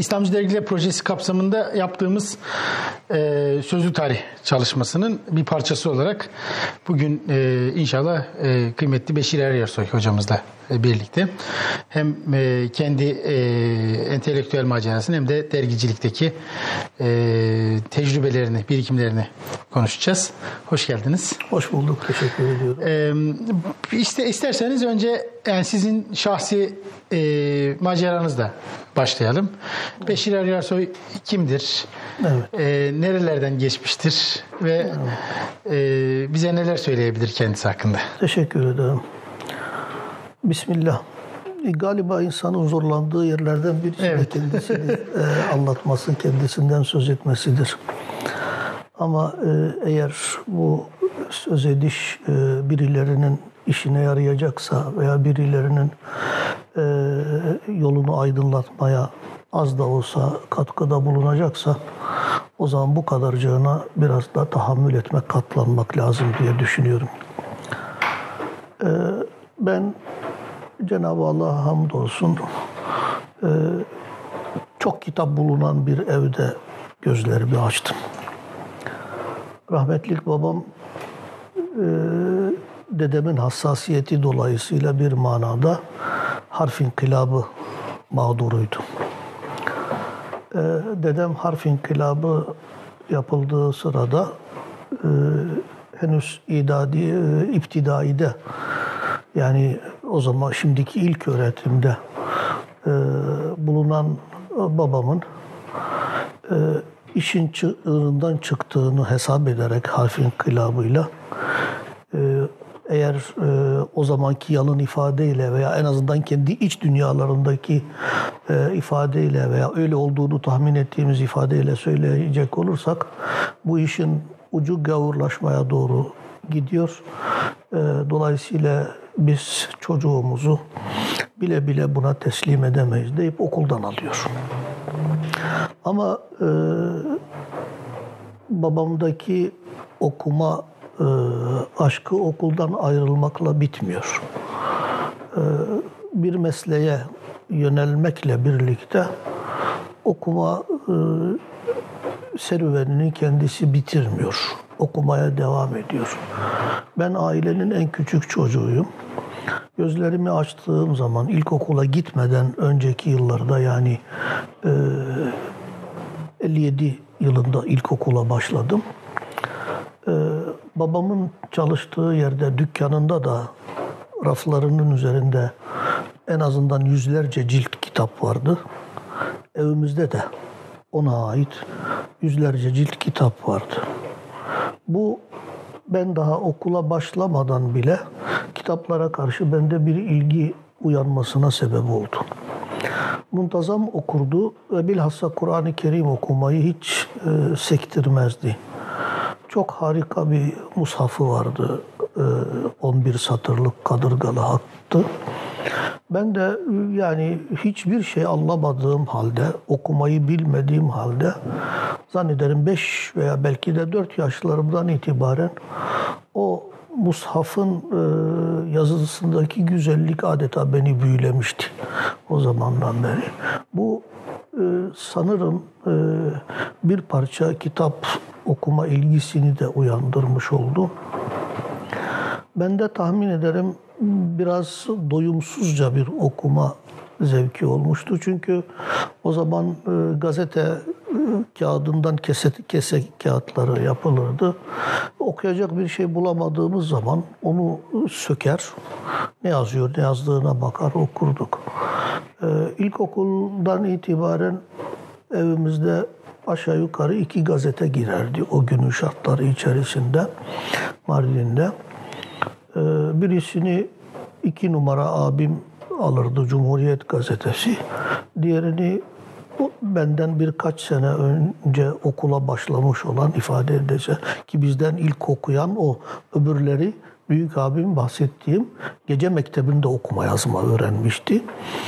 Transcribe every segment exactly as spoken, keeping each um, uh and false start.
İslamcı Dergiler Projesi kapsamında yaptığımız e, sözlü tarih çalışmasının bir parçası olarak bugün e, inşallah e, kıymetli Beşir Eryarsoy hocamızla e, birlikte hem e, kendi e, entelektüel macerasını hem de dergicilikteki e, tecrübelerini, birikimlerini konuşacağız. Hoş geldiniz. Hoş bulduk. Teşekkür ediyorum. E, işte isterseniz önce yani sizin şahsi e, maceranızla başlayalım. Evet. Beşir Eryarsoy kimdir? Evet. E, nerelerden geçmiştir? Ve evet. e, bize neler söyleyebilir kendisi hakkında? Teşekkür ederim. Bismillah. Galiba insanın zorlandığı yerlerden birisi evet. de kendisini e, anlatması, kendisinden söz etmesidir. Ama e, eğer bu söz ediş e, birilerinin işine yarayacaksa veya birilerinin e, yolunu aydınlatmaya az da olsa katkıda bulunacaksa o zaman bu kadarcığına biraz da tahammül etmek, katlanmak lazım diye düşünüyorum. E, ben Cenab-ı Allah'a hamdolsun e, çok kitap bulunan bir evde gözlerimi açtım. Rahmetlik babam e, dedemin hassasiyeti dolayısıyla bir manada harf inkılabı mağduruydu. Ee, dedem harf inkılabı yapıldığı sırada e, henüz idadi, e, iptidaide yani o zaman şimdiki ilk öğretimde e, bulunan babamın e, işin çığırından çıktığını hesap ederek harf inkılabıyla e, eğer e, o zamanki yalın ifadeyle veya en azından kendi iç dünyalarındaki e, ifadeyle veya öyle olduğunu tahmin ettiğimiz ifadeyle söyleyecek olursak bu işin ucu gavurlaşmaya doğru gidiyor. E, dolayısıyla biz çocuğumuzu bile bile buna teslim edemeyiz deyip okuldan alıyor. Ama e, babamdaki okuma e, aşkı okuldan ayrılmakla bitmiyor. E, bir mesleğe yönelmekle birlikte okuma e, serüvenini kendisi bitirmiyor. Okumaya devam ediyor. Ben ailenin en küçük çocuğuyum. Gözlerimi açtığım zaman ilkokula gitmeden önceki yıllarda yani e, elli yedi yılında ilkokula başladım. Ee, babamın çalıştığı yerde, dükkanında da raflarının üzerinde en azından yüzlerce cilt kitap vardı. Evimizde de ona ait yüzlerce cilt kitap vardı. Bu ben daha okula başlamadan bile kitaplara karşı bende bir ilgi uyanmasına sebep oldu. Muntazam okurdu ve bilhassa Kur'an-ı Kerim okumayı hiç e, sektirmezdi. Çok harika bir mushafı vardı. E, on bir satırlık kadırgalı hattı. Ben de yani hiçbir şey anlamadığım halde, okumayı bilmediğim halde zannederim beş veya belki de dört yaşlarımdan itibaren o mushafın e, yazısındaki güzellik adeta beni büyülemişti o zamandan beri. Bu e, sanırım e, bir parça kitap okuma ilgisini de uyandırmış oldu. Ben de tahmin ederim biraz doyumsuzca bir okuma zevki olmuştu. Çünkü o zaman e, gazete e, kağıdından kese, kese kağıtları yapılırdı. Okuyacak bir şey bulamadığımız zaman onu söker, ne yazıyor, ne yazdığına bakar okurduk. E, ilkokuldan itibaren evimizde aşağı yukarı iki gazete girerdi o günün şartları içerisinde Mardin'de. E, birisini iki numara abim alırdı, Cumhuriyet Gazetesi. Diğerini benden birkaç sene önce okula başlamış olan ifade edeceğim ki bizden ilk okuyan o. Öbürleri büyük abim bahsettiğim gece mektebinde okuma yazma öğrenmişti.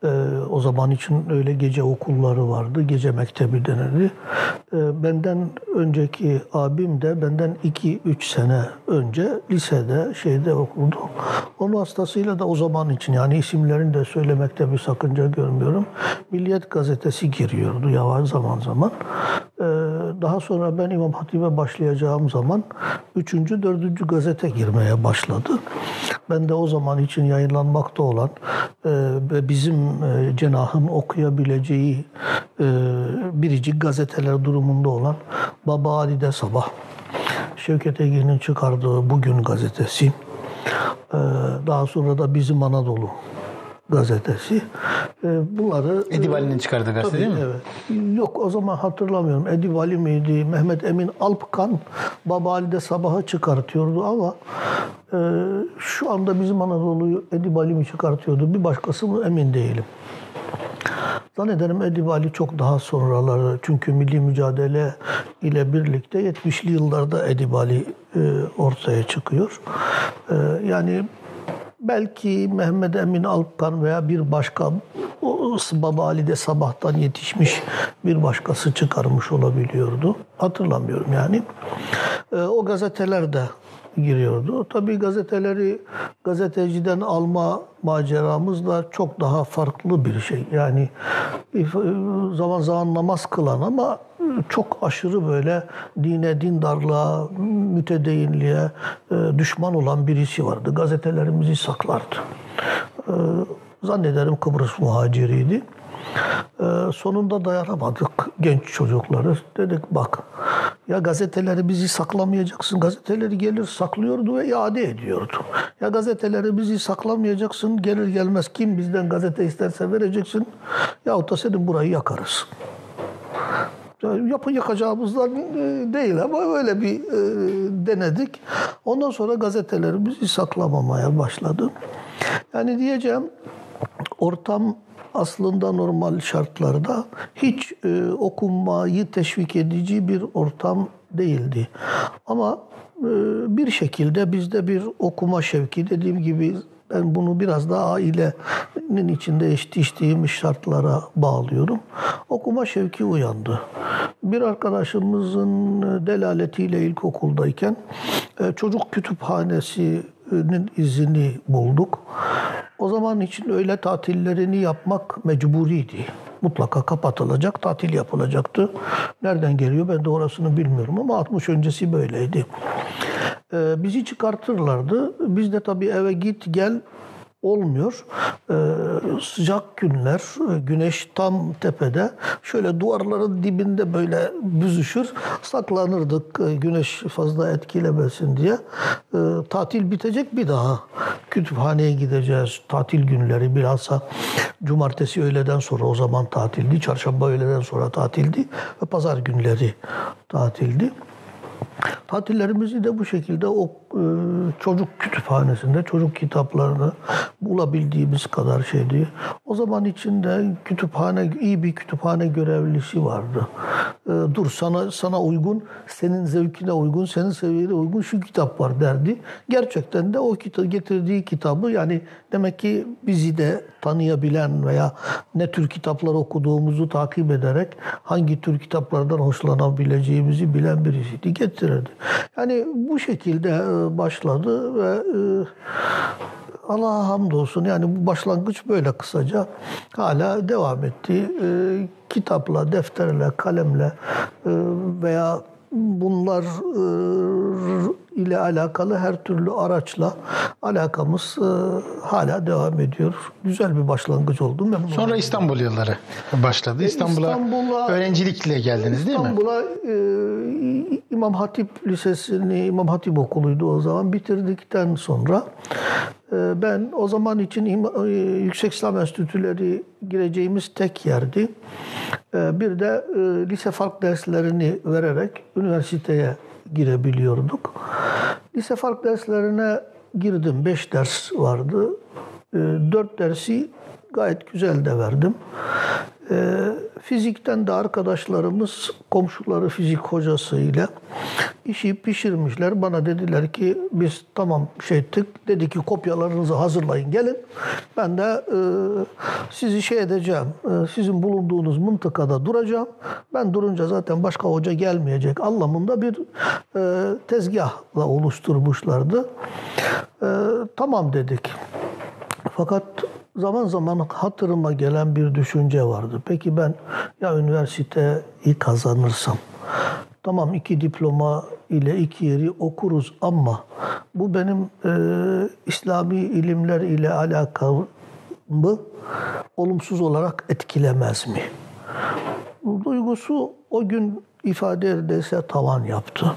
Ee, o zaman için öyle gece okulları vardı. Gece mektebi denirdi. Ee, benden önceki abim de benden iki üç sene önce lisede şeyde okudu. Onun hastasıyla da o zaman için, yani isimlerini de söylemekte bir sakınca görmüyorum, Milliyet gazetesi giriyordu yavaş zaman zaman. Ee, daha sonra ben İmam Hatip'e başlayacağım zaman üçüncü, dördüncü gazete girmeye başladı. Ben de o zaman için yayınlanmakta olan e, ve bizim e, cenahın okuyabileceği e, biricik gazeteler durumunda olan Baba Ali'de Sabah, Şevket Ege'nin çıkardığı Bugün gazetesi, e, daha sonra da Bizim Anadolu gazetesi. E, bunları Edip Ali'nin çıkardığı gazete tabii, değil mi? Evet. Yok, o zaman hatırlamıyorum. Edip Ali miydi? Mehmet Emin Alpkan Baba Ali'de Sabah'ı çıkartıyordu ama e, şu anda Bizim Anadolu'yu Edip Ali mi çıkartıyordu? Bir başkası mı? Emin değilim. Zannederim Edip Ali çok daha sonraları, çünkü milli mücadele ile birlikte yetmişli yıllarda Edip Ali e, ortaya çıkıyor. E, yani belki Mehmet Emin Alpkan veya bir başka Baba Ali'de Sabah'tan yetişmiş bir başkası çıkarmış olabiliyordu. Hatırlamıyorum yani. E, o gazeteler de giriyordu. Tabii gazeteleri gazeteciden alma maceramız da çok daha farklı bir şey. Yani zaman zaman namaz kılan ama çok aşırı böyle dine, dindarlığa, mütedeyinliğe düşman olan birisi vardı. Gazetelerimizi saklardı. Zannederim Kıbrıs muhaciriydi. Sonunda dayanamadık genç çocukları. Dedik bak, ya gazeteleri bizi saklamayacaksın. Gazeteleri gelir saklıyordu ve iade ediyordu. Ya gazeteleri bizi saklamayacaksın. Gelir gelmez kim bizden gazete isterse vereceksin. Yahut da senin burayı yakarız. Yapı yakacağımızdan değil ama öyle bir e, denedik. Ondan sonra gazeteleri bizi saklamamaya başladı. Yani diyeceğim, ortam aslında normal şartlarda hiç e, okunmayı teşvik edici bir ortam değildi. Ama e, bir şekilde bizde bir okuma şevki, dediğim gibi ben bunu biraz daha ailenin içinde yetiştiğimiz şartlara bağlıyorum. Okuma şevki uyandı. Bir arkadaşımızın delaletiyle ilkokuldayken e, çocuk kütüphanesinin izini bulduk. O zaman için öğle tatillerini yapmak mecburiydi. Mutlaka kapatılacak, tatil yapılacaktı. Nereden geliyor ben de orasını bilmiyorum ama altmış öncesi böyleydi. Ee, bizi çıkartırlardı. Biz de tabii eve git gel olmuyor. Ee, sıcak günler, güneş tam tepede. Şöyle duvarların dibinde böyle büzüşür. Saklanırdık güneş fazla etkilemesin diye. Ee, tatil bitecek, bir daha kütüphaneye gideceğiz. Tatil günleri bilhassa cumartesi öğleden sonra, o zaman tatildi. Çarşamba öğleden sonra tatildi. Ve pazar günleri tatildi. Tatillerimizi de bu şekilde o e, çocuk kütüphanesinde çocuk kitaplarını bulabildiğimiz kadar şeydi. O zaman içinde kütüphane, iyi bir kütüphane görevlisi vardı. E, dur sana sana uygun, senin zevkine uygun, senin seviyene uygun şu kitap var derdi. Gerçekten de o kitap, getirdiği kitabı, yani demek ki bizi de tanıyabilen veya ne tür kitaplar okuduğumuzu takip ederek hangi tür kitaplardan hoşlanabileceğimizi bilen birisiydi, getirirdi. Yani bu şekilde başladı ve Allah'a hamdolsun, yani bu başlangıç böyle kısaca hala devam etti. Kitapla, defterle, kalemle veya bunlar ile alakalı her türlü araçla alakamız hala devam ediyor. Güzel bir başlangıç oldu. Memnun Sonra oldum. İstanbul yılları başladı. İstanbul'a, İstanbul'a öğrencilikle geldiniz değil mi? İstanbul'a e, İmam Hatip Lisesi'ni, İmam Hatip Okulu'ydu o zaman, bitirdikten sonra e, ben o zaman için İma, e, Yüksek İslam Enstitüleri gireceğimiz tek yerdi. E, bir de e, lise fark derslerini vererek üniversiteye girebiliyorduk. Lise fark derslerine girdim. Beş ders vardı. E, dört dersi gayet güzel de verdim. E, fizikten de arkadaşlarımız komşuları fizik hocasıyla işi pişirmişler. Bana dediler ki biz tamam şey ettik. Dedi ki kopyalarınızı hazırlayın gelin. Ben de e, sizi şey edeceğim. E, sizin bulunduğunuz mıntıkada duracağım. Ben durunca zaten başka hoca gelmeyecek anlamında bir e, tezgahla oluşturmuşlardı. E, tamam dedik. Fakat zaman zaman hatırıma gelen bir düşünce vardı. Peki ben ya üniversiteyi kazanırsam, tamam iki diploma ile iki yeri okuruz ama bu benim e, İslami ilimler ile alakamı olumsuz olarak etkilemez mi? Bu duygusu o gün ifade ederse tavan yaptı.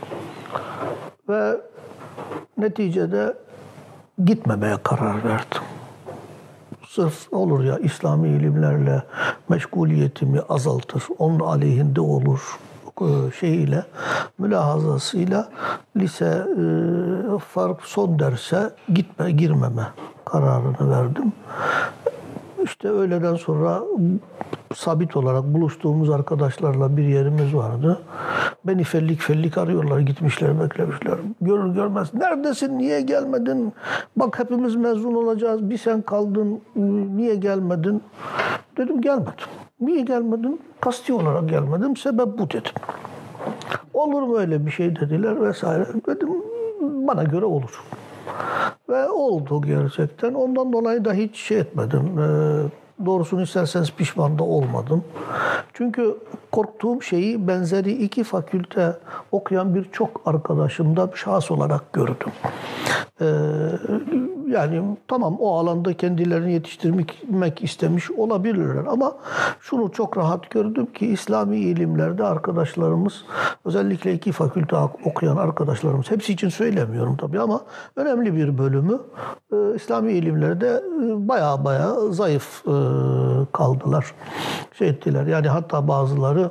Ve neticede gitmemeye karar verdim. Sırf olur ya İslami ilimlerle meşguliyetimi azaltır, onun aleyhinde olur şeyiyle, mülahazasıyla lise e, fark son derse gitme, girmeme kararını verdim. İşte öğleden sonra sabit olarak buluştuğumuz arkadaşlarla bir yerimiz vardı. Beni fellik fellik arıyorlar, gitmişler, beklemişler. Görür görmez, neredesin, niye gelmedin? Bak hepimiz mezun olacağız, bir sen kaldın, niye gelmedin? Dedim gelmedim. Niye gelmedin? Kasti olarak gelmedim, sebep bu dedim. Olur mu öyle bir şey dediler vesaire. Dedim bana göre olur. Ve oldu gerçekten. Ondan dolayı da hiç şey etmedim. Ee, doğrusunu isterseniz pişman da olmadım. Çünkü korktuğum şeyi benzeri iki fakülte okuyan birçok arkadaşımda şahs olarak gördüm. Ee, yani tamam o alanda kendilerini yetiştirmek istemiş olabilirler ama şunu çok rahat gördüm ki İslami ilimlerde arkadaşlarımız, özellikle iki fakülte okuyan arkadaşlarımız, hepsi için söylemiyorum tabii ama önemli bir bölümü e, İslami ilimlerde e, baya baya zayıf e, kaldılar. Şey ettiler yani hatta bazıları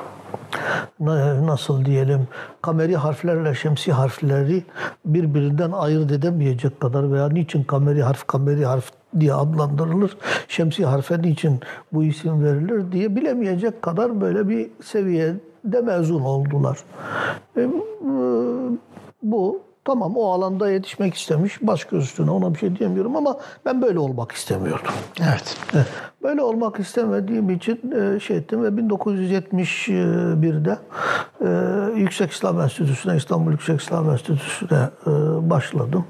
nasıl diyelim kameri harflerle şemsi harfleri birbirinden ayırt edemeyecek kadar veya niçin kameri harf kameri harf diye adlandırılır, şemsi harfe niçin bu isim verilir diye bilemeyecek kadar böyle bir seviyede mezun oldular. E, bu tamam o alanda yetişmek istemiş, başka üstüne ona bir şey diyemiyorum ama ben böyle olmak istemiyordum. Evet. Böyle olmak istemediğim için şey ettim ve bin dokuz yüz yetmiş birde Yüksek İslam Enstitüsü'ne, İstanbul Yüksek İslam Enstitüsü'ne başladım.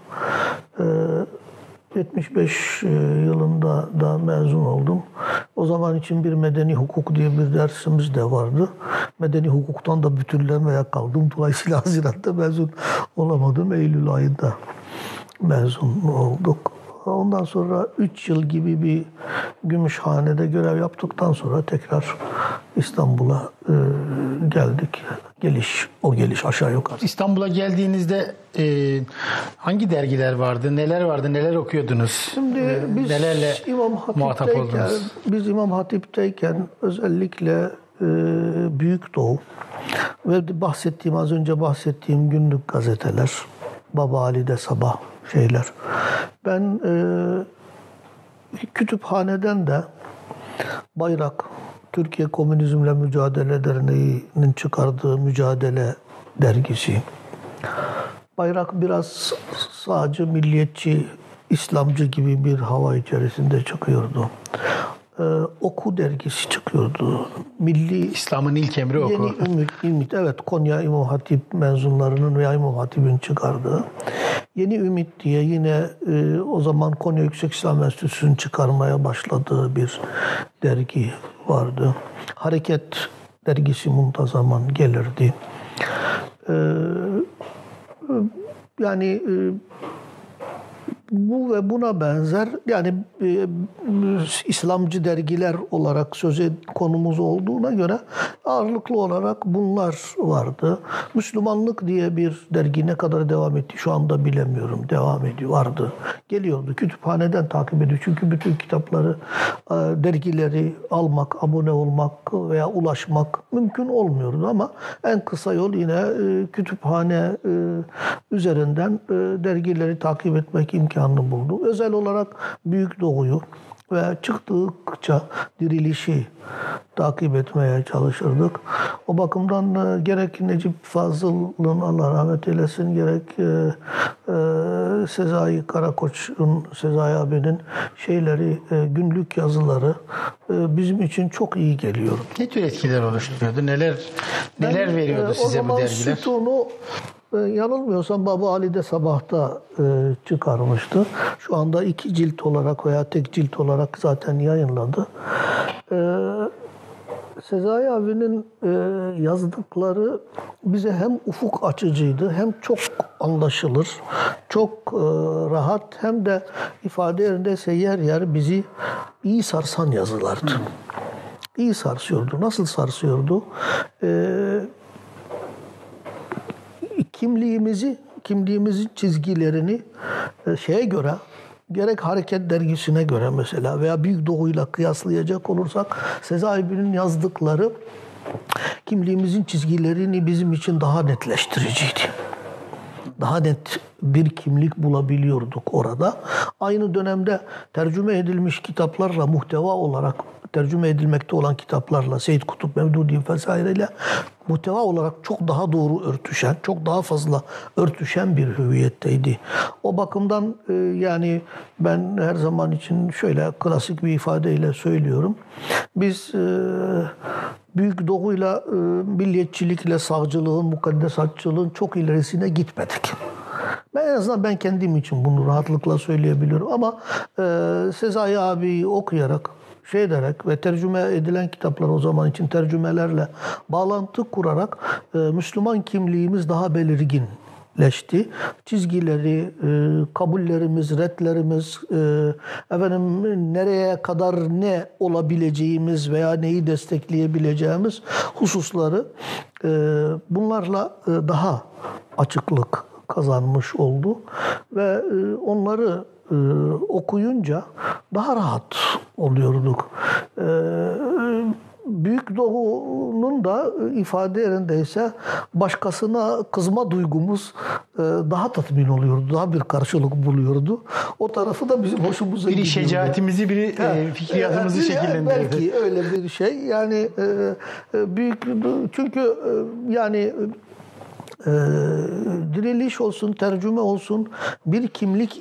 yetmiş beş yılında da mezun oldum. O zaman için bir medeni hukuk diye bir dersimiz de vardı. Medeni hukuktan da bütünlemeye kaldım. Dolayısıyla Haziran'da mezun olamadım. Eylül ayında mezun olduk. Ondan sonra üç yıl gibi bir Gümüşhane'de görev yaptıktan sonra tekrar İstanbul'a e, geldik. Geliş, o geliş aşağı yukarı. İstanbul'a geldiğinizde e, hangi dergiler vardı, neler vardı, neler okuyordunuz? Şimdi e, biz nelerle İmam muhatap Hatip'teyken, oldunuz? biz İmam Hatip'teyken özellikle e, Büyük Doğu ve bahsettiğim az önce bahsettiğim günlük gazeteler, Baba Ali'de Sabah şeyler. Ben e, kütüphaneden de Bayrak, Türkiye Komünizmle Mücadele Derneği'nin çıkardığı Mücadele dergisi. Bayrak biraz sağcı, milliyetçi, İslamcı gibi bir hava içerisinde çıkıyordu. Ee, Oku dergisi çıkıyordu. Milli İslam'ın ilk emri oku. Yeni Ümit, Ümit, evet Konya İmam Hatip mezunlarının veya İmam Hatip'in çıkardığı. Yeni Ümit diye yine e, o zaman Konya Yüksek İslam Enstitüsü'nün çıkarmaya başladığı bir dergi vardı. Hareket dergisi muntazaman gelirdi. E, yani e, bu ve buna benzer yani e, İslamcı dergiler olarak söze konumuz olduğuna göre ağırlıklı olarak bunlar vardı. Müslümanlık diye bir dergi ne kadar devam etti şu anda bilemiyorum. Devam ediyor, vardı. Geliyordu. Kütüphaneden takip ediyor. Çünkü bütün kitapları, e, dergileri almak, abone olmak veya ulaşmak mümkün olmuyordu ama en kısa yol yine e, kütüphane e, üzerinden e, dergileri takip etmek imkanı buldu. Özel olarak Büyük Doğu'yu, ve çıktıkça dirilişi takip etmeye çalışırdık. O bakımdan e, gerek Necip Fazıl'ın Allah rahmet eylesin, gerek e, e, Sezai Karakoç'un, Sezai abinin şeyleri, e, günlük yazıları e, bizim için çok iyi geliyor. Ne tür etkiler oluşturuyordu? Neler neler Ben, veriyordu e, size bu dergiler? O zaman Sütun'u e, yanılmıyorsam Baba Ali'de Sabah'ta e, çıkarmıştı. Şu anda iki cilt olarak veya tek cilt olarak zaten yayınladı. E, Sezai abinin e, yazdıkları bize hem ufuk açıcıydı, hem çok anlaşılır, çok e, rahat, hem de ifade yerindeyse yer yer bizi iyi sarsan yazılardı. İyi sarsıyordu. Nasıl sarsıyordu? E, kimliğimizi, kimliğimizin çizgilerini e, şeye göre, gerek Hareket Dergisi'ne göre mesela veya Büyük Doğu'yla kıyaslayacak olursak Sezai'nin yazdıkları kimliğimizin çizgilerini bizim için daha netleştiriciydi. Daha net bir kimlik bulabiliyorduk orada. Aynı dönemde tercüme edilmiş kitaplarla, muhteva olarak tercüme edilmekte olan kitaplarla, Seyyid Kutup, Mevdudi vesaireyle muhteva olarak çok daha doğru örtüşen, çok daha fazla örtüşen bir hüviyetteydi. O bakımdan e, yani ben her zaman için şöyle klasik bir ifadeyle söylüyorum. Biz e, Büyük Doğu'yla, e, milliyetçilikle, sağcılığın, mukaddesatçılığın çok ilerisine gitmedik. Ben en azından ben kendim için bunu rahatlıkla söyleyebiliyorum. Ama e, Sezai abiyi okuyarak, şey ederek ve tercüme edilen kitaplar o zaman için tercümelerle bağlantı kurarak e, Müslüman kimliğimiz daha belirginleşti. Çizgileri, e, kabullerimiz, redlerimiz, e, efendim nereye kadar ne olabileceğimiz veya neyi destekleyebileceğimiz hususları e, bunlarla e, daha açıklık kazanmış oldu ve e, onları e, okuyunca daha rahat oluyorduk. E, Büyük Doğu'nun da ifade yerindeyse başkasına kızma duygumuz e, daha tatmin oluyordu, daha bir karşılık buluyordu. O tarafı da bizim hoşumuza gidiyordu. Biri şecaatimizi, biri e, fikriyatımızı e, şekillendirdi. Belki öyle bir şey. Yani e, e, büyük çünkü e, yani Ee, diriliş olsun, tercüme olsun, bir kimlik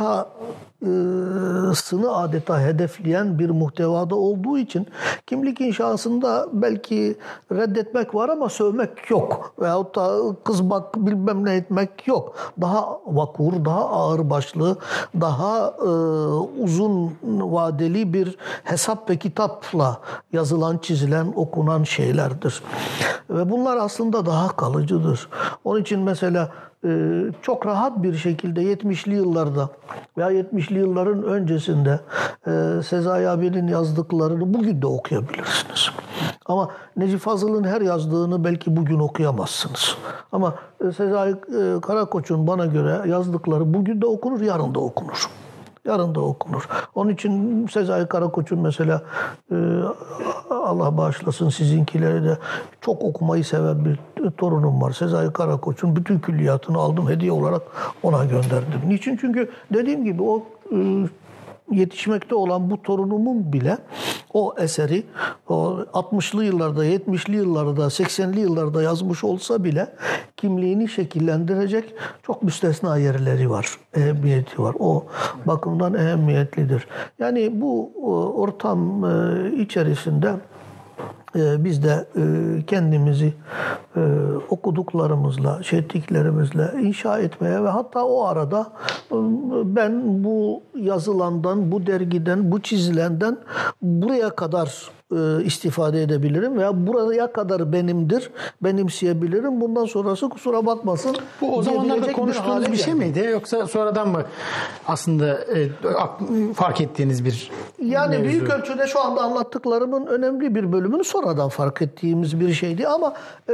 inşasını adeta hedefleyen bir muhtevada olduğu için kimlik inşasında belki reddetmek var ama sövmek yok. Veyahut da kızmak, bilmem ne etmek yok. Daha vakur, daha ağırbaşlı, daha e, uzun vadeli bir hesap ve kitapla yazılan, çizilen, okunan şeylerdir. Ve bunlar aslında daha kalıcıdır. Onun için mesela çok rahat bir şekilde yetmişli yıllarda veya yetmişli yılların öncesinde Sezai abinin yazdıklarını bugün de okuyabilirsiniz. Ama Necip Fazıl'ın her yazdığını belki bugün okuyamazsınız. Ama Sezai Karakoç'un bana göre yazdıkları bugün de okunur, yarın da okunur. Yarın da okunur. Onun için Sezai Karakoç'un mesela e, Allah bağışlasın sizinkileri de çok okumayı seven bir torunum var. Sezai Karakoç'un bütün külliyatını aldım hediye olarak ona gönderdim. Niçin? Çünkü dediğim gibi o e, yetişmekte olan bu torunumun bile o eseri o altmışlı yıllarda, yetmişli yıllarda, seksenli yıllarda yazmış olsa bile kimliğini şekillendirecek çok müstesna yerleri var, ehemmiyeti var. O bakımdan ehemmiyetlidir. Yani bu ortam içerisinde biz de kendimizi okuduklarımızla, şehitliklerimizle inşa etmeye ve hatta o arada ben bu yazılandan, bu dergiden, bu çizilenden buraya kadar istifade edebilirim veya buraya kadar benimdir, benimseyebilirim. Bundan sonrası kusura bakmasın. Bu o zamanlarda konuştuğunuz bir, bir şey miydi? Yoksa sonradan mı aslında e, fark ettiğiniz bir Yani mevzu? Büyük ölçüde şu anda anlattıklarımın önemli bir bölümünü sonradan fark ettiğimiz bir şeydi ama e,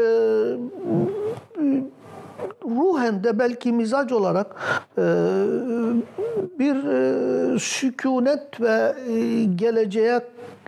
ruhen de belki mizac olarak e, bir e, sükunet ve e, geleceğe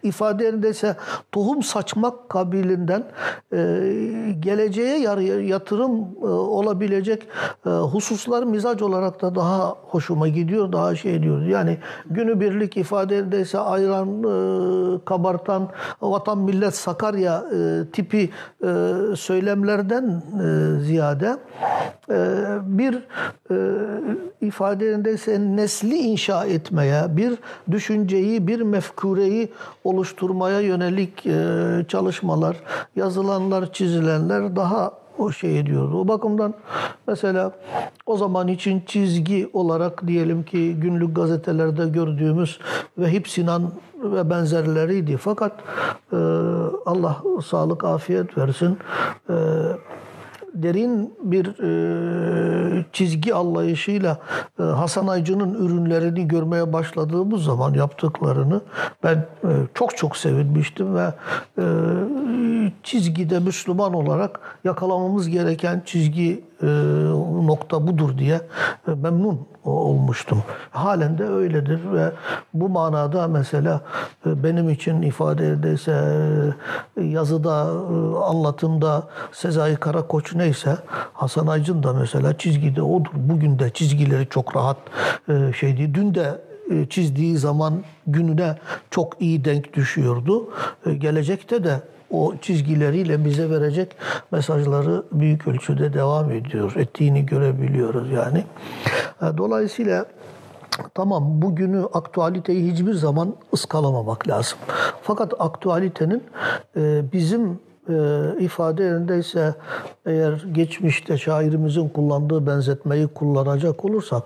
ifade ederse tohum saçmak kabilinden e, geleceğe yatırım e, olabilecek e, hususlar mizaç olarak da daha hoşuma gidiyor, daha şey diyor. Yani günübirlik ifade ederse ayran e, kabartan vatan millet Sakarya e, tipi e, söylemlerden e, ziyade e, bir e, ifade ederse nesli inşa etmeye, bir düşünceyi, bir mefkureyi oluşturmaya yönelik e, çalışmalar, yazılanlar, çizilenler daha o şey ediyordu. O bakımdan mesela o zaman için çizgi olarak diyelim ki günlük gazetelerde gördüğümüz Vehip Sinan ve benzerleriydi. Fakat e, Allah sağlık, afiyet versin. E, derin bir e, çizgi anlayışıyla e, Hasan Aycı'nın ürünlerini görmeye başladığımız zaman yaptıklarını ben e, çok çok sevinmiştim ve e, çizgide Müslüman olarak yakalamamız gereken çizgi e, nokta budur diye e, memnun olmuştum. Halen de öyledir ve bu manada mesela e, benim için ifade ederse e, yazıda, e, anlatımda Sezai Karakoç neyse Hasan Aycın da mesela çizgide odur. Bugün de çizgileri çok rahat e, şeydi. Dün de e, çizdiği zaman gününe çok iyi denk düşüyordu. E, gelecekte de o çizgileriyle bize verecek mesajları büyük ölçüde devam ediyor. Ettiğini görebiliyoruz yani. Dolayısıyla tamam bugünü, aktualiteyi hiçbir zaman ıskalamamak lazım. Fakat aktualitenin bizim ifade yerindeyse eğer geçmişte şairimizin kullandığı benzetmeyi kullanacak olursak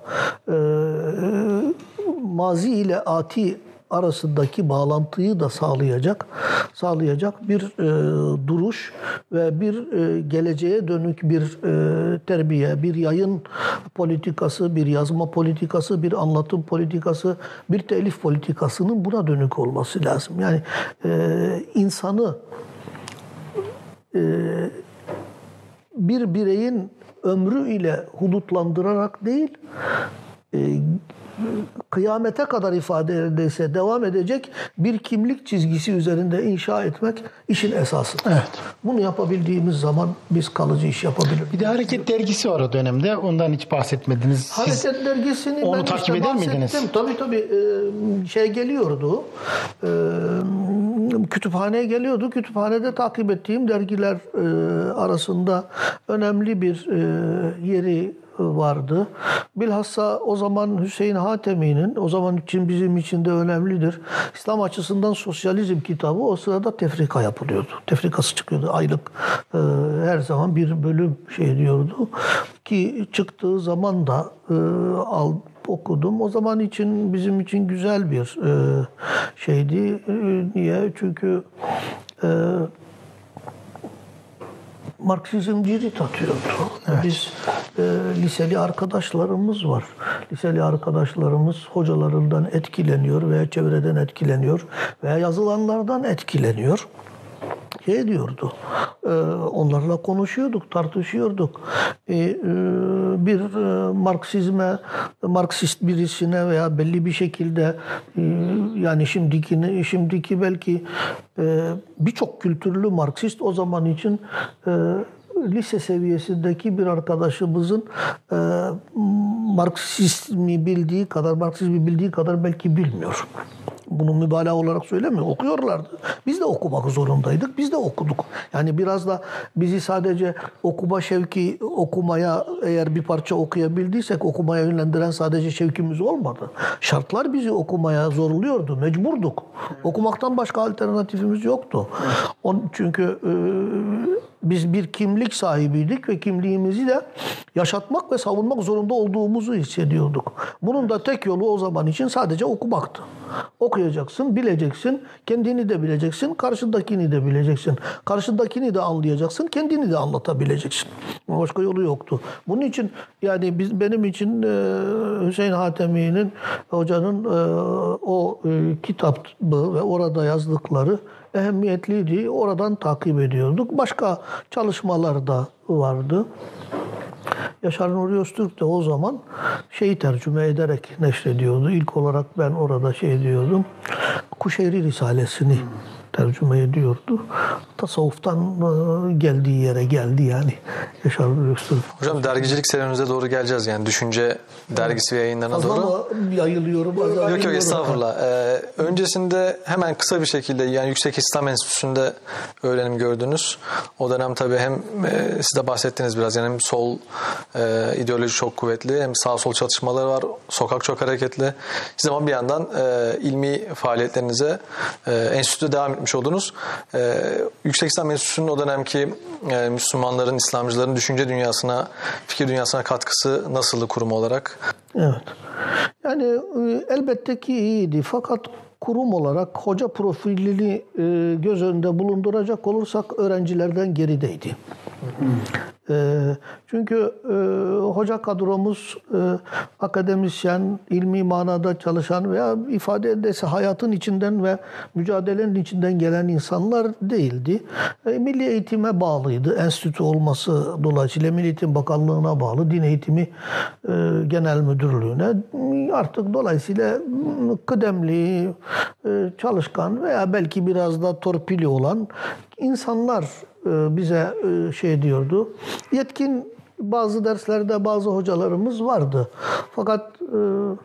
mazi ile ati arasındaki bağlantıyı da sağlayacak sağlayacak bir e, duruş ve bir e, geleceğe dönük bir e, terbiye, bir yayın politikası, bir yazma politikası, bir anlatım politikası, bir telif politikasının buna dönük olması lazım. Yani e, insanı e, bir bireyin ömrü ile hudutlandırarak değil, e, kıyamete kadar ifade edilse devam edecek bir kimlik çizgisi üzerinde inşa etmek işin esası. Evet. Bunu yapabildiğimiz zaman biz kalıcı iş yapabiliriz. Bir de Hareket dergisi var o dönemde. Ondan hiç bahsetmediniz. Siz Hareket dergisini onu ben takip işte eder bahsettim. miydiniz? Tabii tabii şey geliyordu. Kütüphaneye geliyordu. Kütüphanede takip ettiğim dergiler arasında önemli bir yeri vardı. Bilhassa o zaman Hüseyin Hatemi'nin, o zaman için bizim için de önemlidir, İslam açısından sosyalizm kitabı o sırada tefrika yapılıyordu. Tefrikası çıkıyordu. Aylık e, her zaman bir bölüm şey diyordu. Ki çıktığı zaman da e, al, okudum. O zaman için bizim için güzel bir e, şeydi. E, niye? Çünkü e, Marksizm cirit atıyordu. Evet. Biz e, liseli arkadaşlarımız var. Liseli arkadaşlarımız hocalarından etkileniyor veya çevreden etkileniyor veya yazılanlardan etkileniyor. Şey diyordu, e, onlarla konuşuyorduk, tartışıyorduk. E, e, bir e, Marksizme, Marksist birisine veya belli bir şekilde e, yani şimdiki, şimdiki belki e, birçok kültürlü Marksist o zaman için e, lise seviyesindeki bir arkadaşımızın e, Marksizmi bildiği kadar, Marksizmi bildiği kadar belki bilmiyor. Bunu mübalağa olarak söylemiyor. Okuyorlardı. Biz de okumak zorundaydık. Biz de okuduk. Yani biraz da bizi sadece okuma şevki, okumaya eğer bir parça okuyabildiysek okumaya yönlendiren sadece şevkimiz olmadı. Şartlar bizi okumaya zorluyordu. Mecburduk. Okumaktan başka alternatifimiz yoktu. Onun, çünkü e, biz bir kimlik sahibiydik ve kimliğimizi de yaşatmak ve savunmak zorunda olduğumuzu hissediyorduk. Bunun da tek yolu o zaman için sadece okumaktı. Okuyacaksın, bileceksin, kendini de bileceksin, karşındakini de bileceksin. Karşındakini de anlayacaksın, kendini de anlatabileceksin. Başka yolu yoktu. Bunun için yani biz, benim için e, Hüseyin Hatemi'nin, hocanın e, o e, kitabı ve orada yazdıkları ehemmiyetliydi. Oradan takip ediyorduk. Başka çalışmalar da vardı. Yaşar Nuri Öztürk de o zaman şeyi tercüme ederek neşrediyordu. İlk olarak ben orada şey diyordum. Kuşeyri Risalesini tercüme ediyordu. Tasavvuftan e, geldiği yere geldi yani. Yaşar Büyüksün. Hocam dergicilik serüveninize doğru geleceğiz. Yani Düşünce dergisi ve yayınlarına Fazla doğru. mı yayılıyorum? Yok yok estağfurullah. Ee, öncesinde hemen kısa bir şekilde yani Yüksek İslam Enstitüsü'nde öğrenim gördünüz. O dönem tabii hem e, siz de bahsettiniz biraz yani hem sol e, ideoloji çok kuvvetli hem sağ sol çatışmaları var. Sokak çok hareketli. Siz ama bir yandan e, ilmi faaliyetlerinize e, enstitüde devam etmiş oldunuz. E, Yüksek İslam Enstitüsü'nün o dönemki e, Müslümanların, İslamcıların düşünce dünyasına, fikir dünyasına katkısı nasıldı kurum olarak? Evet. Yani e, elbette ki iyiydi. Fakat kurum olarak hoca profilini e, göz önünde bulunduracak olursak öğrencilerden gerideydi. E, çünkü e, hoca kadromuz e, akademisyen, ilmi manada çalışan veya ifade ederse hayatın içinden ve mücadelenin içinden gelen insanlar değildi. E, milli eğitime bağlıydı. Enstitü olması dolayısıyla Milli Eğitim Bakanlığı'na bağlı, Din Eğitimi e, Genel Müdürlüğü'ne. Artık dolayısıyla kıdemli, e, çalışkan veya belki biraz da torpili olan insanlar bize şey diyordu. Yetkin bazı derslerde bazı hocalarımız vardı. Fakat e,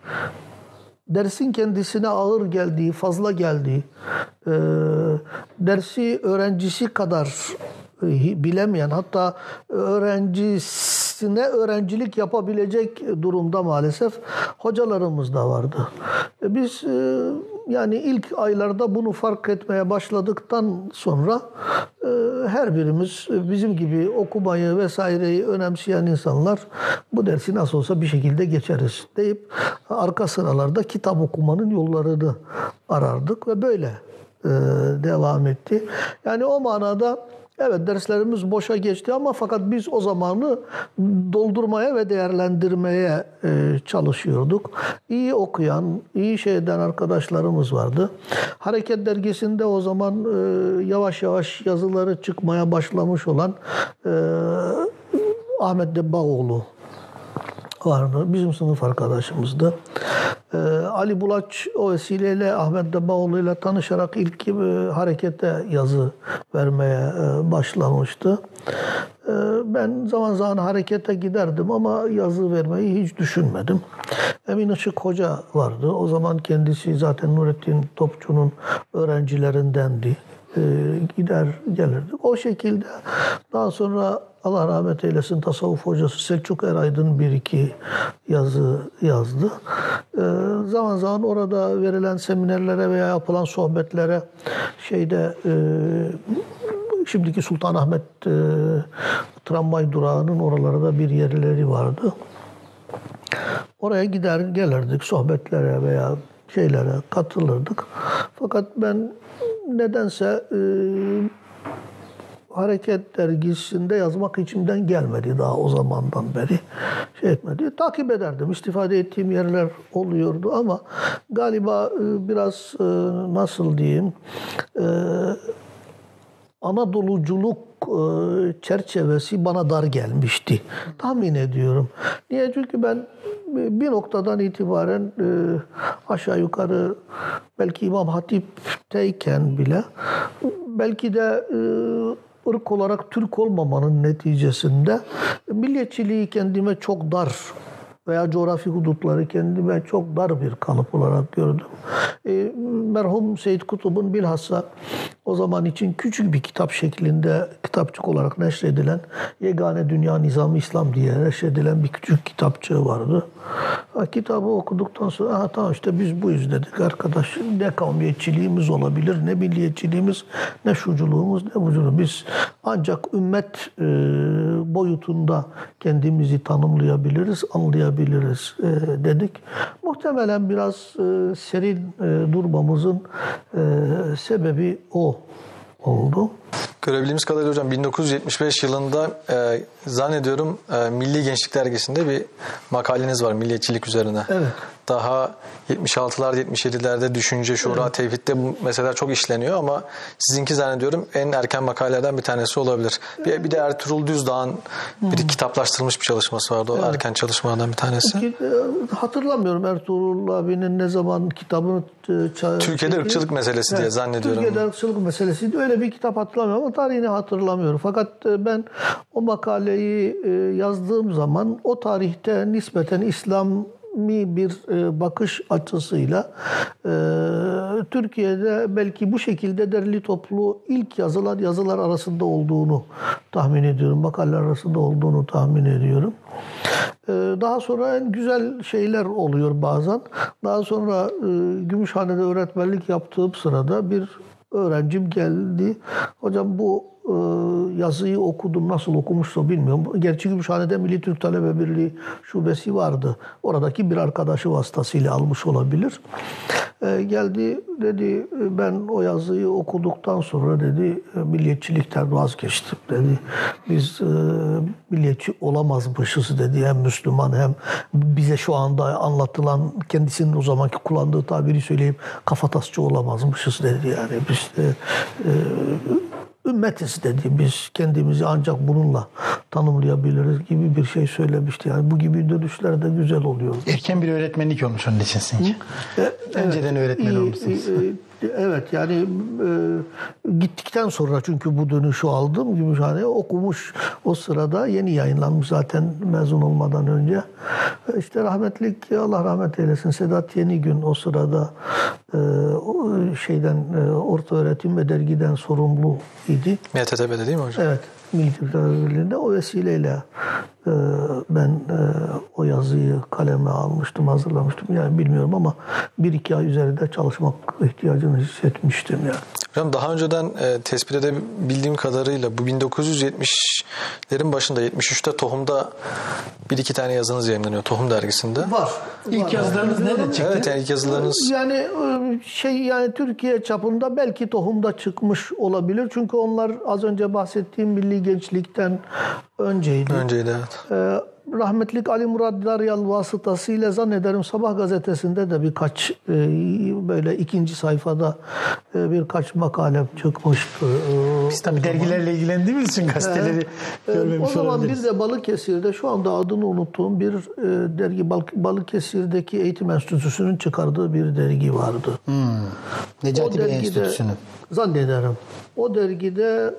dersin kendisine ağır geldiği, fazla geldiği, e, dersi öğrencisi kadar e, bilemeyen, hatta öğrencisine öğrencilik yapabilecek durumda maalesef hocalarımız da vardı. E, biz e, yani ilk aylarda bunu fark etmeye başladıktan sonra e, her birimiz bizim gibi okumayı vesaireyi önemseyen insanlar bu dersi nasıl olsa bir şekilde geçeriz deyip arka sıralarda kitap okumanın yollarını arardık ve böyle e, devam etti. Yani o manada evet derslerimiz boşa geçti ama fakat biz o zamanı doldurmaya ve değerlendirmeye e, çalışıyorduk. İyi okuyan, iyi şey eden arkadaşlarımız vardı. Hareket dergisinde o zaman e, yavaş yavaş yazıları çıkmaya başlamış olan e, Ahmet Debbaoğlu vardı. Bizim sınıf arkadaşımızdı. Ee, Ali Bulaç o vesileyle Ahmet Debbaoğlu ile tanışarak ilk e, harekete yazı vermeye e, başlamıştı. E, ben zaman zaman harekete giderdim ama yazı vermeyi hiç düşünmedim. Emin Işık Hoca vardı. O zaman kendisi zaten Nurettin Topçu'nun öğrencilerindendi. E, gider gelirdik. O şekilde daha sonra Allah rahmet eylesin tasavvuf hocası Selçuk Eraydın bir iki yazı yazdı. Ee, zaman zaman orada verilen seminerlere veya yapılan sohbetlere şeyde e, şimdiki Sultanahmet e, tramvay durağının oralarda bir yerleri vardı. Oraya gider gelirdik sohbetlere veya şeylere katılırdık. Fakat ben nedense e, Hareket dergisinde yazmak içimden gelmedi daha o zamandan beri. Şey etmedi. Takip ederdim. İstifade ettiğim yerler oluyordu ama galiba biraz nasıl diyeyim Anadoluculuk çerçevesi bana dar gelmişti. Tahmin ediyorum. Niye? Çünkü ben bir noktadan itibaren aşağı yukarı belki İmam Hatip'teyken bile belki de ırk olarak Türk olmamanın neticesinde milliyetçiliği kendime çok dar veya coğrafi hudutları kendime çok dar bir kalıp olarak gördüm. E, merhum Seyyid Kutub'un bilhassa o zaman için küçük bir kitap şeklinde kitapçık olarak neşredilen Yegane Dünya Nizam-ı İslam diye neşredilen bir küçük kitapçığı vardı. Ha, kitabı okuduktan sonra aha, tamam işte biz buyuz dedik arkadaş. Ne kavmiyetçiliğimiz olabilir, ne milliyetçiliğimiz, ne şuculuğumuz, ne buculuğumuz. Biz ancak ümmet e, boyutunda kendimizi tanımlayabiliriz, anlayabiliriz e, dedik. Muhtemelen biraz e, serin e, durmamızın e, sebebi o oldu. Görebildiğimiz kadarıyla hocam bin dokuz yüz yetmiş beş yılında e, zannediyorum e, Milli Gençlik Dergisi'nde bir makaleniz var milliyetçilik üzerine. Evet. Daha yetmiş altılar yetmiş yedilerde düşünce, şura, evet. tevhidde bu meseleler çok işleniyor ama sizinki zannediyorum en erken makalelerden bir tanesi olabilir. Bir, bir de Ertuğrul Düzdağ'ın bir hmm. kitaplaştırılmış bir çalışması vardı. O evet. erken çalışmalardan bir tanesi. Ki, hatırlamıyorum Ertuğrul abinin ne zaman kitabını Türkiye'de ırkçılık meselesi evet. diye zannediyorum. Türkiye'de ırkçılık meselesiydi. Öyle bir kitap hatırlamıyorum ama tarihini hatırlamıyorum. Fakat ben o makaleyi yazdığım zaman o tarihte nispeten İslam bir bakış açısıyla Türkiye'de belki bu şekilde derli toplu ilk yazılar yazılar arasında olduğunu tahmin ediyorum. Makaleler arasında olduğunu tahmin ediyorum. Daha sonra en güzel şeyler oluyor bazen. Daha sonra Gümüşhane'de öğretmenlik yaptığım sırada bir öğrencim geldi. Hocam bu yazıyı okudum. Nasıl okumuşsa bilmiyorum. Gerçi Gümüşhane'de Milli Türk Talebe Birliği şubesi vardı. Oradaki bir arkadaşı vasıtasıyla almış olabilir. Ee, geldi dedi ben o yazıyı okuduktan sonra dedi milliyetçilikten vazgeçtim dedi. Biz e, milliyetçi olamazmışız dedi. Hem Müslüman hem bize şu anda anlatılan kendisinin o zamanki kullandığı tabiri söyleyeyim kafatasçı olamazmışız dedi. Yani biz e, e, ümmetiz dedi. Biz kendimizi ancak bununla tanımlayabiliriz gibi bir şey söylemişti. Yani bu gibi dönüşler de güzel oluyor. Erken bir öğretmenlik olmuş onun için sanki. E, Önceden evet, öğretmen olmuşsunuz. E, e, evet yani e, gittikten sonra çünkü bu dönüşü aldım. Gümüşhane'ye okumuş o sırada yeni yayınlanmış zaten mezun olmadan önce. İşte rahmetlik Allah rahmet eylesin Sedat Yenigün o sırada e, şeyden e, orta öğretim ve dergiden sorumlu idi. M T T B'de değil mi hocam? Evet. Milli Türk Talebe Birliği'nde o vesileyle e, ben e, o yazıyı kaleme almıştım, hazırlamıştım. Yani bilmiyorum ama bir iki ay üzerinde çalışmak ihtiyacını hissetmiştim yani. Hocam daha önceden e, tespit edebildiğim kadarıyla bu bin dokuz yüz yetmişlerin başında yetmiş üçte Tohum'da bir iki tane yazınız yayınlanıyor Tohum dergisinde. Var. İlk var. yazılarınız nerede çıktı? Evet yani ilk yazılarınız. Yani şey yani Türkiye çapında belki Tohum'da çıkmış olabilir. Çünkü onlar az önce bahsettiğim Milli Gençlik'ten önceydi. Önceydi evet. Ee, rahmetlik Ali Murat Daryal vasıtasıyla zannederim Sabah gazetesinde de birkaç e, böyle ikinci sayfada e, birkaç makalem çıkmıştı. Biz tabii dergilerle ilgilendiğimiz için gazeteleri e, görmemiş o zaman olabiliriz. Bir de Balıkesir'de şu anda adını unuttuğum bir e, dergi Balıkesir'deki Eğitim Enstitüsü'nün çıkardığı bir dergi vardı. Hmm. Necati Bey Enstitüsü'nün. Zannederim. O dergide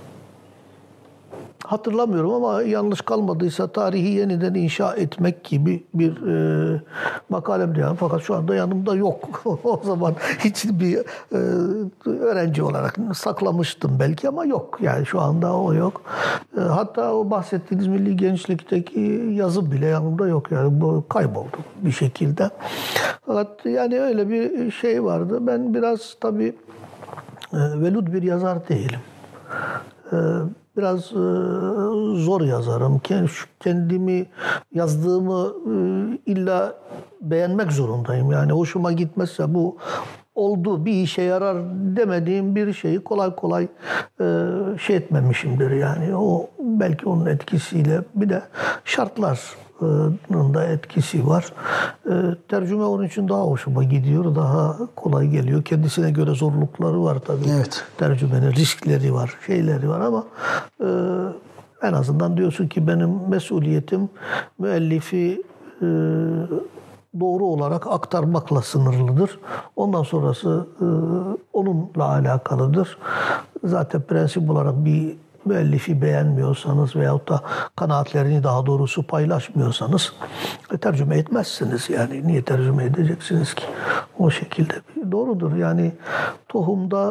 hatırlamıyorum ama yanlış kalmadıysa tarihi yeniden inşa etmek gibi bir e, makalemdi yani. Fakat şu anda yanımda yok. O zaman hiç bir e, öğrenci olarak saklamıştım belki ama yok. Yani şu anda o yok. E, hatta o bahsettiğiniz Milli Gençlik'teki yazı bile yanımda yok. Yani bu kayboldu bir şekilde. Fakat yani öyle bir şey vardı. Ben biraz tabii e, velud bir yazar değilim. E, Biraz e, zor yazarım. Kendimi yazdığımı e, illa beğenmek zorundayım. Yani hoşuma gitmezse bu oldu bir işe yarar demediğim bir şeyi kolay kolay e, şey etmemişimdir. Yani o belki onun etkisiyle bir de şartlar da etkisi var. E, tercüme onun için daha hoşuma gidiyor. Daha kolay geliyor. Kendisine göre zorlukları var tabii. Evet. Tercümenin riskleri var, şeyleri var ama e, en azından diyorsun ki benim mesuliyetim müellifi e, doğru olarak aktarmakla sınırlıdır. Ondan sonrası e, onunla alakalıdır. Zaten prensip olarak bir müellifi beğenmiyorsanız veyahut da kanaatlerini daha doğrusu paylaşmıyorsanız e, tercüme etmezsiniz. Yani niye tercüme edeceksiniz ki? O şekilde. Doğrudur. Yani Tohum'da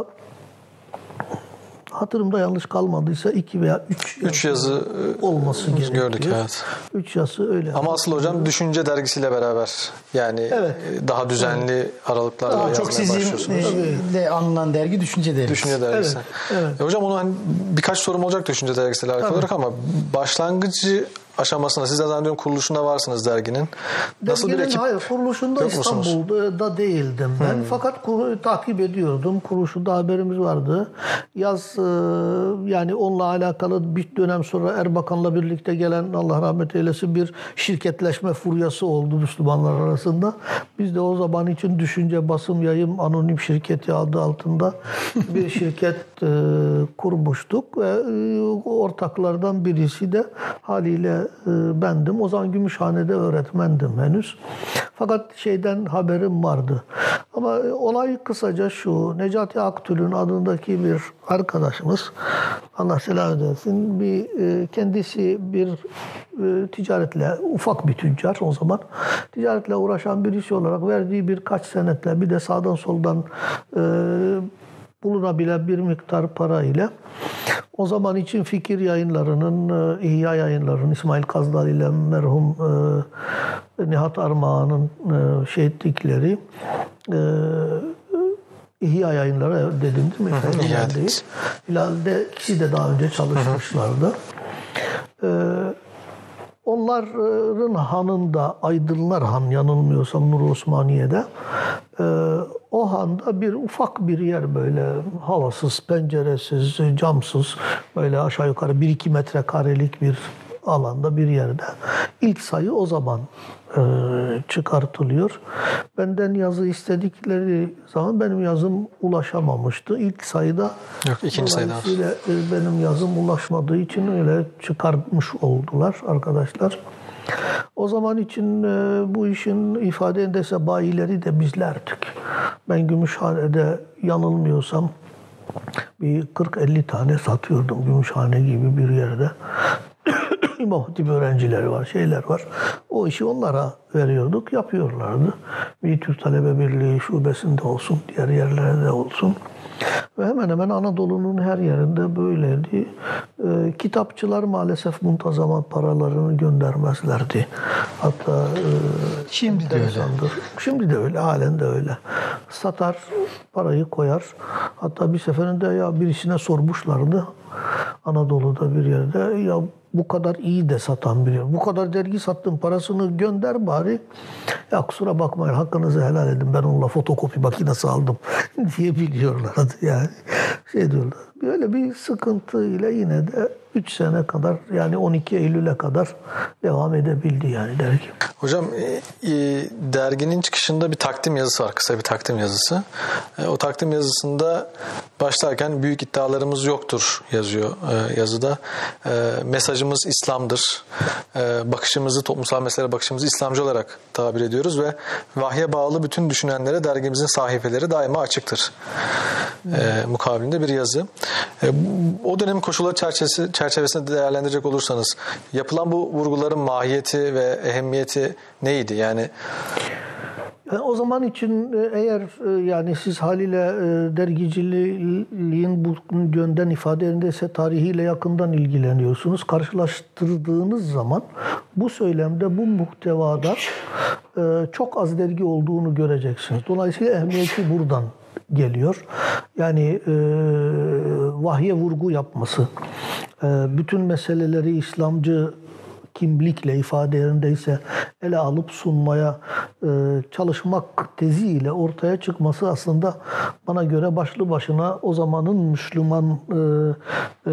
hatırımda yanlış kalmadıysa iki veya üç, üç yazı olması gerekiyor. Gördük evet. Üç yazı öyle. Ama asıl hocam Düşünce dergisiyle beraber yani evet. daha düzenli evet. aralıklarla daha yazmaya çok sizinle anılan dergi Düşünce dergisi. Düşünce dergisi. Evet. Evet. E hocam onu hani birkaç sorum olacak Düşünce dergisiyle alakalı olarak ama başlangıcı aşamasında, siz de zannediyorum kuruluşunda varsınız derginin. Nasıl Derginin, bir ekip? hayır, kuruluşunda İstanbul'da değildim ben. Hmm. Fakat kur, takip ediyordum. Kuruluşunda haberimiz vardı. Yaz e, yani onunla alakalı bir dönem sonra Erbakan'la birlikte gelen, Allah rahmet eylesin, bir şirketleşme furyası oldu Müslümanlar arasında. Biz de o zaman için Düşünce Basım Yayım Anonim Şirketi adı altında bir şirket e, kurmuştuk ve e, ortaklardan birisi de haliyle e, bendim. O zaman Gümüşhane'de öğretmendim henüz. Fakat şeyden haberim vardı. Ama olay kısaca şu: Necati Aktül'ün adındaki bir arkadaşımız, Allah selam edersin, bir e, kendisi bir e, ticaretle, ufak bir tüccar o zaman, ticaretle uğraşan birisi olarak verdiği birkaç senetle, bir de sağdan soldan e, bulunabilen bir miktar para ile o zaman için Fikir Yayınları'nın, İhya Yayınları'nın, İsmail Kazdal ile merhum e, Nihat Armağan'ın e, şey ettikleri e, İhya Yayınları dedim değil mi? Hı hı, İhya değil. Hilal'de ikisi de daha önce çalışmışlardı. Hı hı. E, Onların hanında, Aydınlar Han yanılmıyorsam, Nur Osmaniye'de, e, o handa bir ufak bir yer, böyle havasız, penceresiz, camsız, böyle aşağı yukarı bir iki metrekarelik bir alanda bir yerde. İlk sayı o zaman e, çıkartılıyor. Benden yazı istedikleri zaman benim yazım ulaşamamıştı. İlk sayıda, yok, ikinci sayıda e, benim yazım ulaşmadığı için öyle çıkartmış oldular arkadaşlar. O zaman için e, bu işin ifade edilse bayileri de bizlerdik. Ben Gümüşhane'de yanılmıyorsam bir kırk elli tane satıyordum, Gümüşhane gibi bir yerde. İmam Hatip öğrencileri var, şeyler var. O işi onlara veriyorduk, yapıyorlardı. Bir Türk Talebe Birliği şubesinde olsun, diğer yerlerde olsun. Ve hemen hemen Anadolu'nun her yerinde böyleydi. E, kitapçılar maalesef muntazaman paralarını göndermezlerdi. Hatta e, şimdi de öyle. Şimdi de öyle, halen de öyle. Satar, parayı koyar. Hatta bir seferinde ya birisine sormuşlardı, Anadolu'da bir yerde, ya bu kadar iyi de satan biri, bu kadar dergi sattım, parasını gönder bari. Ya kusura bakmayın, hakkınızı helal edin, ben onunla fotokopi makinesi aldım diye biliyorlardı yani. Şey diyorlar. Böyle bir sıkıntıyla yine de üç sene kadar, yani on iki Eylül'e kadar devam edebildi yani dergi. Hocam e, e, derginin çıkışında bir takdim yazısı var. Kısa bir takdim yazısı. E, o takdim yazısında başlarken büyük iddialarımız yoktur yazıyor e, yazıda. E, mesajımız İslam'dır. E, bakışımızı, toplumsal meselelere bakışımızı İslamcı olarak tabir ediyoruz ve vahye bağlı bütün düşünenlere dergimizin sahifeleri daima açıktır. E, mukabilinde bir yazı. E, o dönemin koşulları çerçevesi, çerçevesinde değerlendirecek olursanız yapılan bu vurguların mahiyeti ve ehemmiyeti neydi? Yani Yani o zaman için eğer yani siz haliyle dergiciliğin bu yönden ifade edilirse tarihiyle yakından ilgileniyorsunuz. Karşılaştırdığınız zaman bu söylemde, bu muhtevada çok az dergi olduğunu göreceksiniz. Dolayısıyla ehemmiyeti buradan geliyor. Yani e, vahye vurgu yapması, e, bütün meseleleri İslamcı kimlikle, ifade yerindeyse ele alıp sunmaya e, çalışmak teziyle ortaya çıkması aslında bana göre başlı başına o zamanın Müslüman e, e,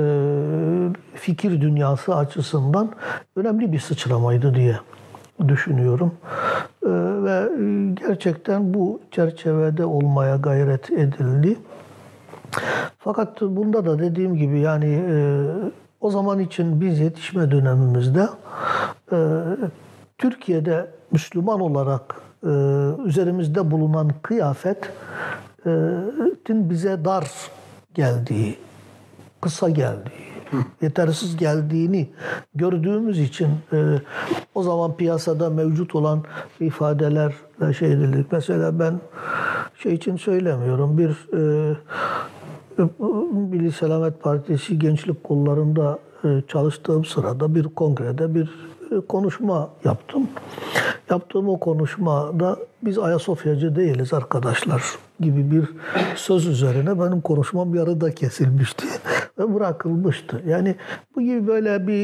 fikir dünyası açısından önemli bir sıçramaydı diye düşünüyorum. Ee, ve gerçekten bu çerçevede olmaya gayret edildi. Fakat bunda da dediğim gibi yani e, o zaman için biz yetişme dönemimizde e, Türkiye'de Müslüman olarak e, üzerimizde bulunan kıyafetin bize dar geldiği, kısa geldiği, yetersiz geldiğini gördüğümüz için e, o zaman piyasada mevcut olan ifadelerle şey edildik. Mesela ben şey için söylemiyorum. Bir e, Milli Selamet Partisi Gençlik Kolları'nda e, çalıştığım sırada bir kongrede bir e, konuşma yaptım. Yaptığım o konuşmada biz Ayasofyacı değiliz arkadaşlar gibi bir söz üzerine benim konuşmam yarıda kesilmişti ve bırakılmıştı. Yani bu gibi böyle bir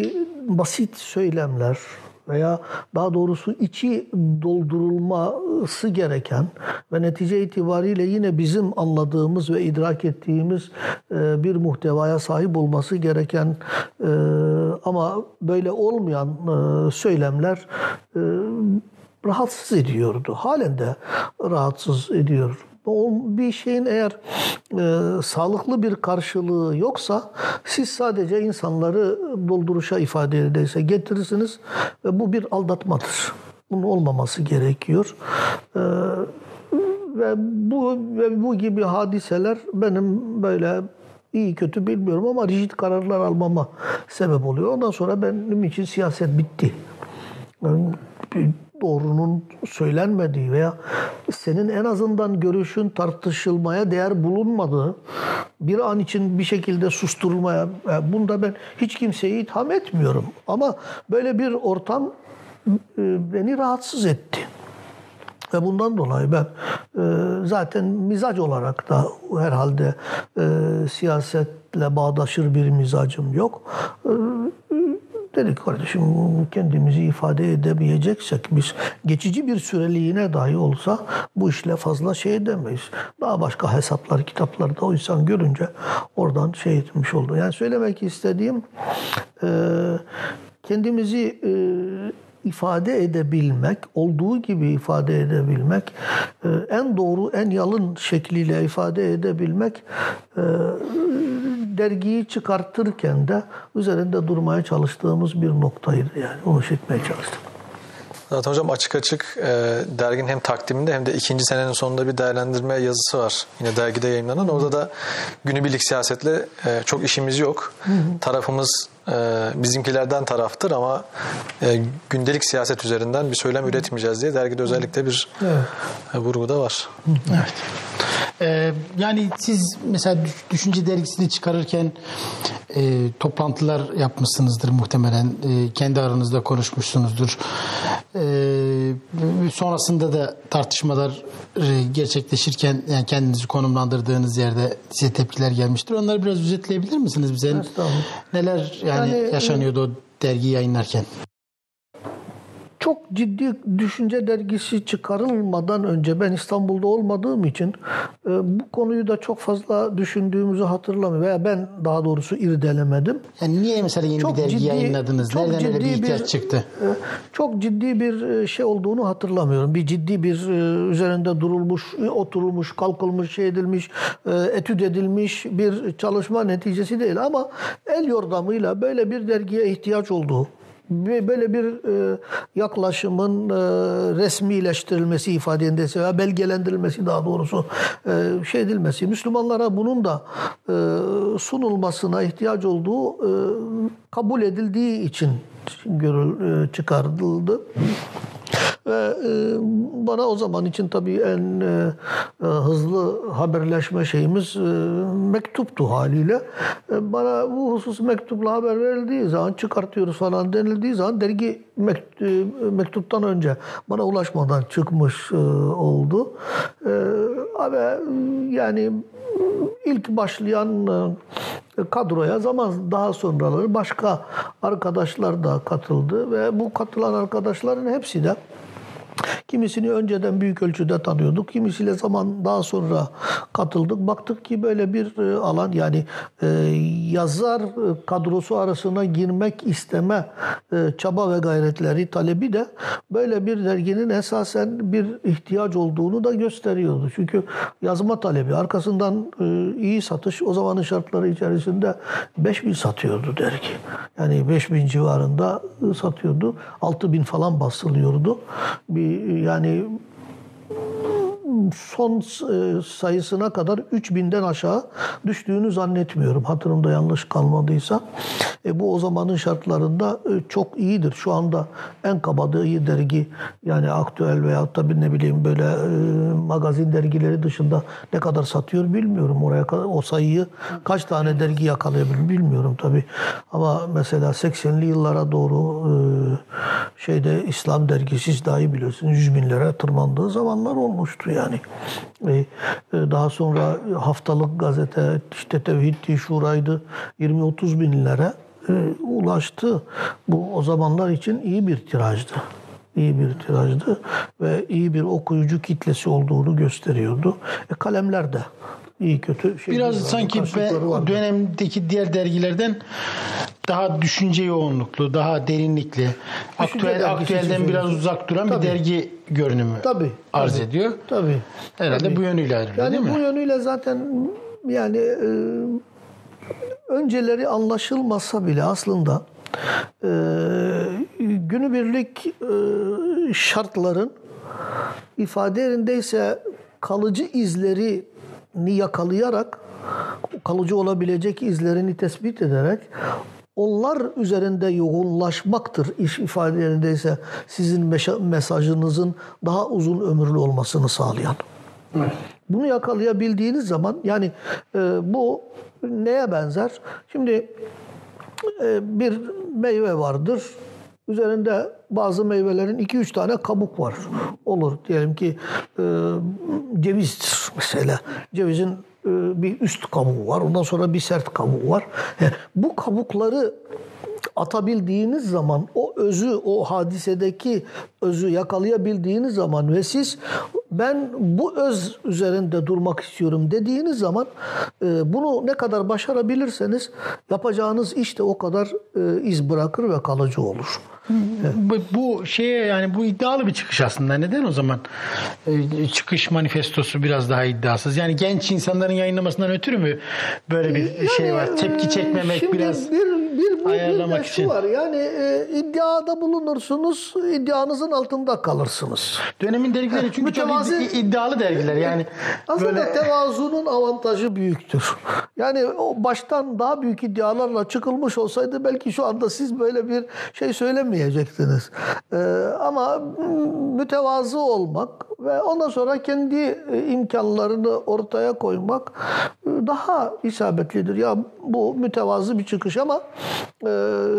basit söylemler veya daha doğrusu içi doldurulması gereken ve netice itibariyle yine bizim anladığımız ve idrak ettiğimiz bir muhtevaya sahip olması gereken ama böyle olmayan söylemler rahatsız ediyordu. Halen de rahatsız ediyor. Bir şeyin eğer e, sağlıklı bir karşılığı yoksa siz sadece insanları dolduruşa ifade edilse getirirsiniz ve bu bir aldatmadır. Bunun olmaması gerekiyor. E, ve bu ve bu gibi hadiseler benim böyle iyi kötü bilmiyorum ama rigid kararlar almama sebep oluyor. Ondan sonra benim için siyaset bitti. Yani, doğrunun söylenmediği veya senin en azından görüşün tartışılmaya değer bulunmadığı bir an için bir şekilde susturulmaya, yani bunda ben hiç kimseyi itham etmiyorum. Ama böyle bir ortam beni rahatsız etti. Ve bundan dolayı ben zaten mizaç olarak da herhalde siyasetle bağdaşır bir mizacım yok. Dedik kardeşim kendimizi ifade edemeyeceksek biz geçici bir süreliğine dahi olsa bu işle fazla şey edemeyiz. Daha başka hesaplar, kitaplarda o insan görünce oradan şey etmiş oldu. Yani söylemek istediğim kendimizi ifade edebilmek, olduğu gibi ifade edebilmek, en doğru, en yalın şekliyle ifade edebilmek, dergiyi çıkartırken de üzerinde durmaya çalıştığımız bir noktaydı yani. Onu çekmeye çalıştık. Zaten hocam açık açık e, derginin hem takdiminde hem de ikinci senenin sonunda bir değerlendirme yazısı var. Yine dergide yayınlanan. Orada da günübirlik siyasetle e, çok işimiz yok. Hı hı. Tarafımız e, bizimkilerden taraftır ama e, gündelik siyaset üzerinden bir söylem hı. üretmeyeceğiz diye dergide özellikle bir evet. e, vurgu da var. Hı hı. Evet. Ee, yani siz mesela Düşünce Dergisi'ni çıkarırken e, toplantılar yapmışsınızdır muhtemelen. E, kendi aranızda konuşmuşsunuzdur. E, sonrasında da tartışmalar e, gerçekleşirken yani kendinizi konumlandırdığınız yerde size tepkiler gelmiştir. Onları biraz özetleyebilir misiniz bize? Neler yani, yani yaşanıyordu o dergiyi yayınlarken? Çok ciddi Düşünce Dergisi çıkarılmadan önce ben İstanbul'da olmadığım için e, bu konuyu da çok fazla düşündüğümüzü hatırlamıyorum. Veya ben daha doğrusu irdelemedim. Yani niye mesela yeni çok bir dergi ciddi, yayınladınız? Nereden öyle bir ihtiyaç bir, çıktı? E, çok ciddi bir şey olduğunu hatırlamıyorum. Bir ciddi bir e, üzerinde durulmuş, oturulmuş, kalkılmış, şey edilmiş, e, etüt edilmiş bir çalışma neticesi değil. Ama el yordamıyla böyle bir dergiye ihtiyaç olduğu, böyle bir e, yaklaşımın e, resmileştirilmesi ifade edilmesi veya belgelendirilmesi daha doğrusu e, şey edilmesi, Müslümanlara bunun da e, sunulmasına ihtiyaç olduğu e, kabul edildiği için görül, e, çıkarıldı. Ve e, bana o zaman için tabii en e, hızlı haberleşme şeyimiz e, mektuptu haliyle. E, bana bu husus mektupla haber verildiği zaman çıkartıyoruz falan denildiği zaman dergi mekt, e, mektuptan önce bana ulaşmadan çıkmış e, oldu. E, ve yani ilk başlayan e, kadroya zaman daha sonraları başka arkadaşlar da katıldı ve bu katılan arkadaşların hepsi de kimisini önceden büyük ölçüde tanıyorduk. Kimisiyle zaman daha sonra katıldık. Baktık ki böyle bir alan yani e, yazar kadrosu arasına girmek isteme e, çaba ve gayretleri, talebi de böyle bir derginin esasen bir ihtiyaç olduğunu da gösteriyordu. Çünkü yazma talebi arkasından e, iyi satış o zamanın şartları içerisinde beş bin satıyordu dergi. Yani beş bin civarında satıyordu. altı bin falan basılıyordu. Bir yani son sayısına kadar üç binden aşağı düştüğünü zannetmiyorum. Hatırımda yanlış kalmadıysa. E bu o zamanın şartlarında çok iyidir. Şu anda en kabadayı dergi yani aktüel veya tabii ne bileyim böyle e, magazin dergileri dışında ne kadar satıyor bilmiyorum. Oraya kadar o sayıyı kaç tane dergi yakalayabilir bilmiyorum tabii. Ama mesela seksenli yıllara doğru e, şeyde İslam dergisi siz daha iyi biliyorsunuz yüz binlere tırmandığı zamanlar olmuştu yani. E, daha sonra haftalık gazete işte Tevhid-i Şura'ydı yirmi otuz binlere e, ulaştı. Bu o zamanlar için iyi bir tirajdı. İyi bir tirajdı ve iyi bir okuyucu kitlesi olduğunu gösteriyordu. E, kalemler de iyi kötü şey. Biraz sanki o dönemdeki diğer dergilerden daha düşünce yoğunluklu, daha derinlikli, düşünce aktüel, aktüelden biraz uzak duran tabii. bir dergi görünümü tabii, arz tabii, ediyor. Tabii. Herhalde tabii. bu yönüyle ayrılıyor yani değil mi? Bu yönüyle zaten yani e, önceleri anlaşılmasa bile aslında e, günübirlik e, şartların ifade yerindeyse kalıcı izlerini yakalayarak, kalıcı olabilecek izlerini tespit ederek onlar üzerinde yoğunlaşmaktır iş ifade yerindeyse sizin mesajınızın daha uzun ömürlü olmasını sağlayan. Evet. Bunu yakalayabildiğiniz zaman yani e, bu neye benzer? Şimdi e, bir meyve vardır. Üzerinde bazı meyvelerin iki üç tane kabuk var. Olur. Diyelim ki e, cevizdir mesela. Cevizin e, bir üst kabuğu var. Ondan sonra bir sert kabuğu var. E, bu kabukları atabildiğiniz zaman o özü, o hadisedeki özü yakalayabildiğiniz zaman ve siz ben bu öz üzerinde durmak istiyorum dediğiniz zaman e, bunu ne kadar başarabilirseniz yapacağınız iş de o kadar e, iz bırakır ve kalıcı olur. Evet. Bu, bu şeye yani bu iddialı bir çıkış aslında. Neden o zaman e, çıkış manifestosu biraz daha iddiasız? Yani genç insanların yayınlamasından ötürü mü böyle bir yani, şey var? Tepki çekmemek biraz bir, bir, bu, ayarlamak bir için. Var. Yani e, iddiada bulunursunuz, iddianızın altında kalırsınız. Dönemin dergileri çünkü mütevazi, çok iddialı dergiler. Yani aslında böyle tevazunun avantajı büyüktür. Yani o baştan daha büyük iddialarla çıkılmış olsaydı belki şu anda siz böyle bir şey söylemeyecektiniz. Ee, ama mütevazı olmak ve ondan sonra kendi imkanlarını ortaya koymak daha isabetlidir. Ya bu mütevazı bir çıkış ama e,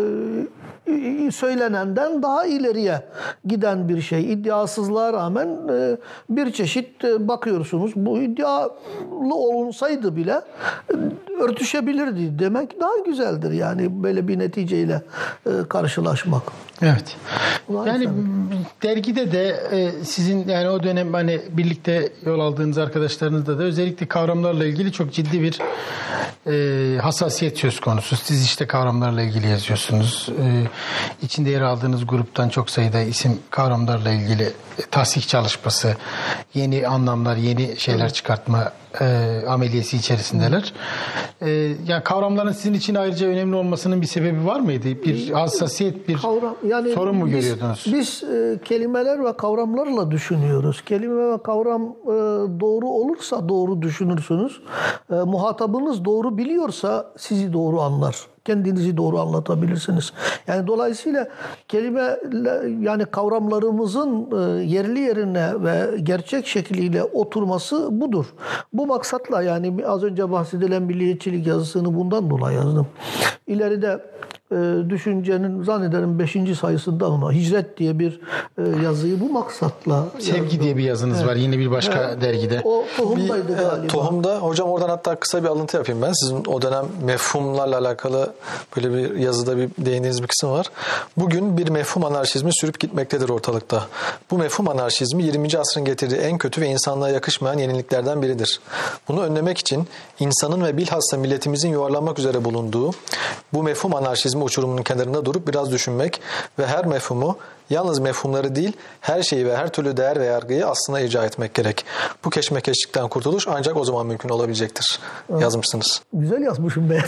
söylenenden daha ileriye giden bir şey. İddiasızlığa rağmen e, bir çeşit e, bakıyorsunuz bu iddialı olunsaydı bile e, örtüşebilirdi demek daha güzeldir. Yani böyle bir neticeyle e, karşılaşmak. Evet. Yani dergide de e, sizin yani o dönem hani birlikte yol aldığınız arkadaşlarınızda da özellikle kavramlarla ilgili çok ciddi bir e, hassasiyet söz konusu. Siz işte kavramlarla ilgili yazıyorsunuz. E, içinde yer aldığınız gruptan çok sayıda isim kavramlarla ilgili e, tahsik çalışması, yeni anlamlar, yeni şeyler çıkartma e, ameliyesi içerisindeler. E, yani kavramların sizin için ayrıca önemli olmasının bir sebebi var mıydı? Bir hassasiyet, bir Kavram, yani sorun mu biz, görüyordunuz? Biz e, kelimeler ve kavramlarla düşünüyoruz. Kelime ve kavram e, doğru olursa doğru düşünürsünüz. E, muhatabınız doğru biliyorsa sizi doğru anlar. Kendinizi doğru anlatabilirsiniz. Yani dolayısıyla kelime yani kavramlarımızın yerli yerine ve gerçek şekliyle oturması budur. Bu maksatla yani az önce bahsedilen milliyetçilik yazısını bundan dolayı yazdım. İleride e, düşüncenin zannederim beşinci sayısında ama Hicret diye bir e, yazıyı bu maksatla Sevgi yazdım. diye bir yazınız evet. var yine bir başka evet. dergide. O tohumdaydı bir, galiba. E, tohumda hocam oradan hatta kısa bir alıntı yapayım ben. Sizin o dönem mefhumlarla alakalı böyle bir yazıda bir değindiğiniz bir kısım var. Bugün bir mefhum anarşizmi sürüp gitmektedir ortalıkta. Bu mefhum anarşizmi yirminci asrın getirdiği en kötü ve insanlığa yakışmayan yeniliklerden biridir. Bunu önlemek için insanın ve bilhassa milletimizin yuvarlanmak üzere bulunduğu bu mefhum anarşizmi uçurumunun kenarında durup biraz düşünmek ve her mefhumu yalnız mefhumları değil her şeyi ve her türlü değer ve yargıyı aslına irca etmek gerek. Bu keşmekeşlikten kurtuluş ancak o zaman mümkün olabilecektir. Evet. Yazmışsınız. Güzel yazmışım ben.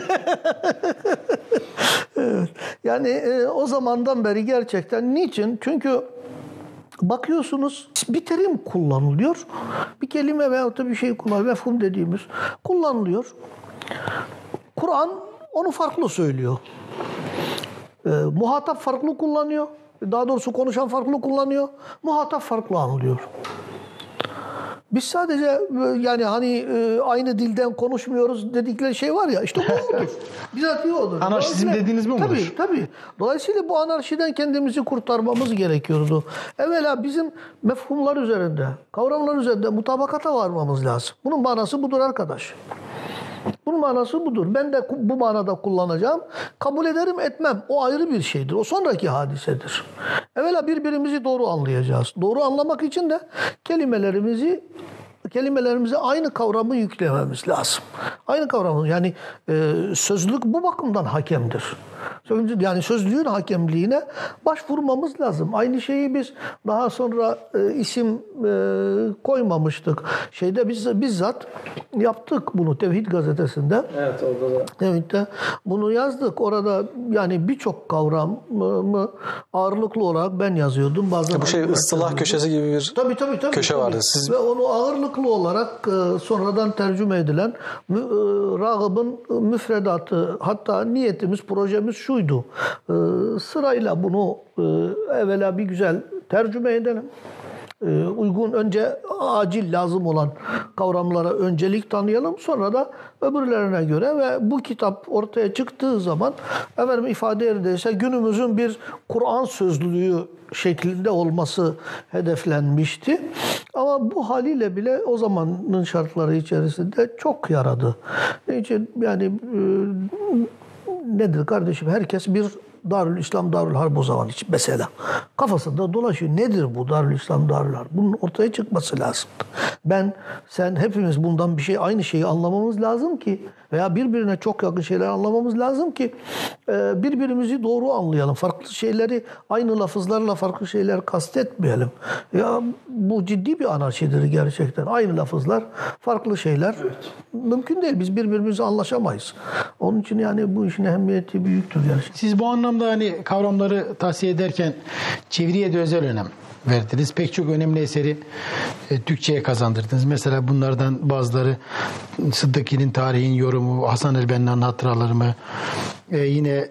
Evet. Yani e, o zamandan beri gerçekten niçin? Çünkü bakıyorsunuz bir terim kullanılıyor. Bir kelime veyahut da bir şey kullanılıyor. Mefhum dediğimiz kullanılıyor. Kur'an onu farklı söylüyor. E, muhatap farklı kullanıyor. Daha doğrusu konuşan farklı kullanıyor. Muhatap farklı anlıyor. Biz sadece yani hani aynı dilden konuşmuyoruz dedikleri şey var ya işte bu odur. Bizatihi odur. Anarşizm dediğiniz mi olur? Tabii tabii. Dolayısıyla bu anarşiden kendimizi kurtarmamız gerekiyordu. Evvela bizim mefhumlar üzerinde, kavramlar üzerinde mutabakata varmamız lazım. Bunun manası budur arkadaş. Bunun manası budur. Ben de bu manada kullanacağım. Kabul ederim etmem. O ayrı bir şeydir. O sonraki hadisedir. Evvela birbirimizi doğru anlayacağız. Doğru anlamak için de kelimelerimizi kelimelerimize aynı kavramı yüklememiz lazım. Aynı kavramı yani e, sözlük bu bakımdan hakemdir. Yani sözlüğün hakemliğine başvurmamız lazım. Aynı şeyi biz daha sonra e, isim e, koymamıştık. Şeyde biz bizzat yaptık bunu Tevhid gazetesinde. Evet, orada da. Tevhid'de bunu yazdık. Orada yani birçok kavramı ağırlıklı olarak ben yazıyordum. Bazen Bu şey ıstılah köşesi gibi bir tabii, tabii, tabii, köşe tabii. vardı. Siz... Ve onu ağırlıklı olarak e, sonradan tercüme edilen e, Ragıb'ın müfredatı, hatta niyetimiz, projemiz şuydu. E, sırayla bunu e, evvela bir güzel tercüme edelim. E, uygun, önce acil lazım olan kavramlara öncelik tanıyalım. Sonra da öbürlerine göre ve bu kitap ortaya çıktığı zaman efendim ifade edilse günümüzün bir Kur'an sözlüğü şeklinde olması hedeflenmişti. Ama bu haliyle bile o zamanın şartları içerisinde çok yaradı. Niçin? Yani e, nedir kardeşim? Herkes bir Darül İslam, Darül Harp o zaman için mesela. Kafasında dolaşıyor. Nedir bu Darül İslam, Darül Harp? Bunun ortaya çıkması lazım. Ben, sen, hepimiz bundan bir şey, aynı şeyi anlamamız lazım ki veya birbirine çok yakın şeyler anlamamız lazım ki e, birbirimizi doğru anlayalım. Farklı şeyleri aynı lafızlarla farklı şeyler kastetmeyelim. Ya bu ciddi bir anarşidir gerçekten. Aynı lafızlar, farklı şeyler. Evet. Mümkün değil. Biz birbirimizle anlaşamayız. Onun için yani bu işin ehemmiyeti büyüktür gerçekten. Siz bu anlamda hani kavramları tavsiye ederken çeviriye de özel önem verdiniz. Pek çok önemli eseri e, Türkçe'ye kazandırdınız. Mesela bunlardan bazıları Sıddıki'nin Tarihin Yorumu, Hasan el-Benna'nın Hatıraları mı, e, yine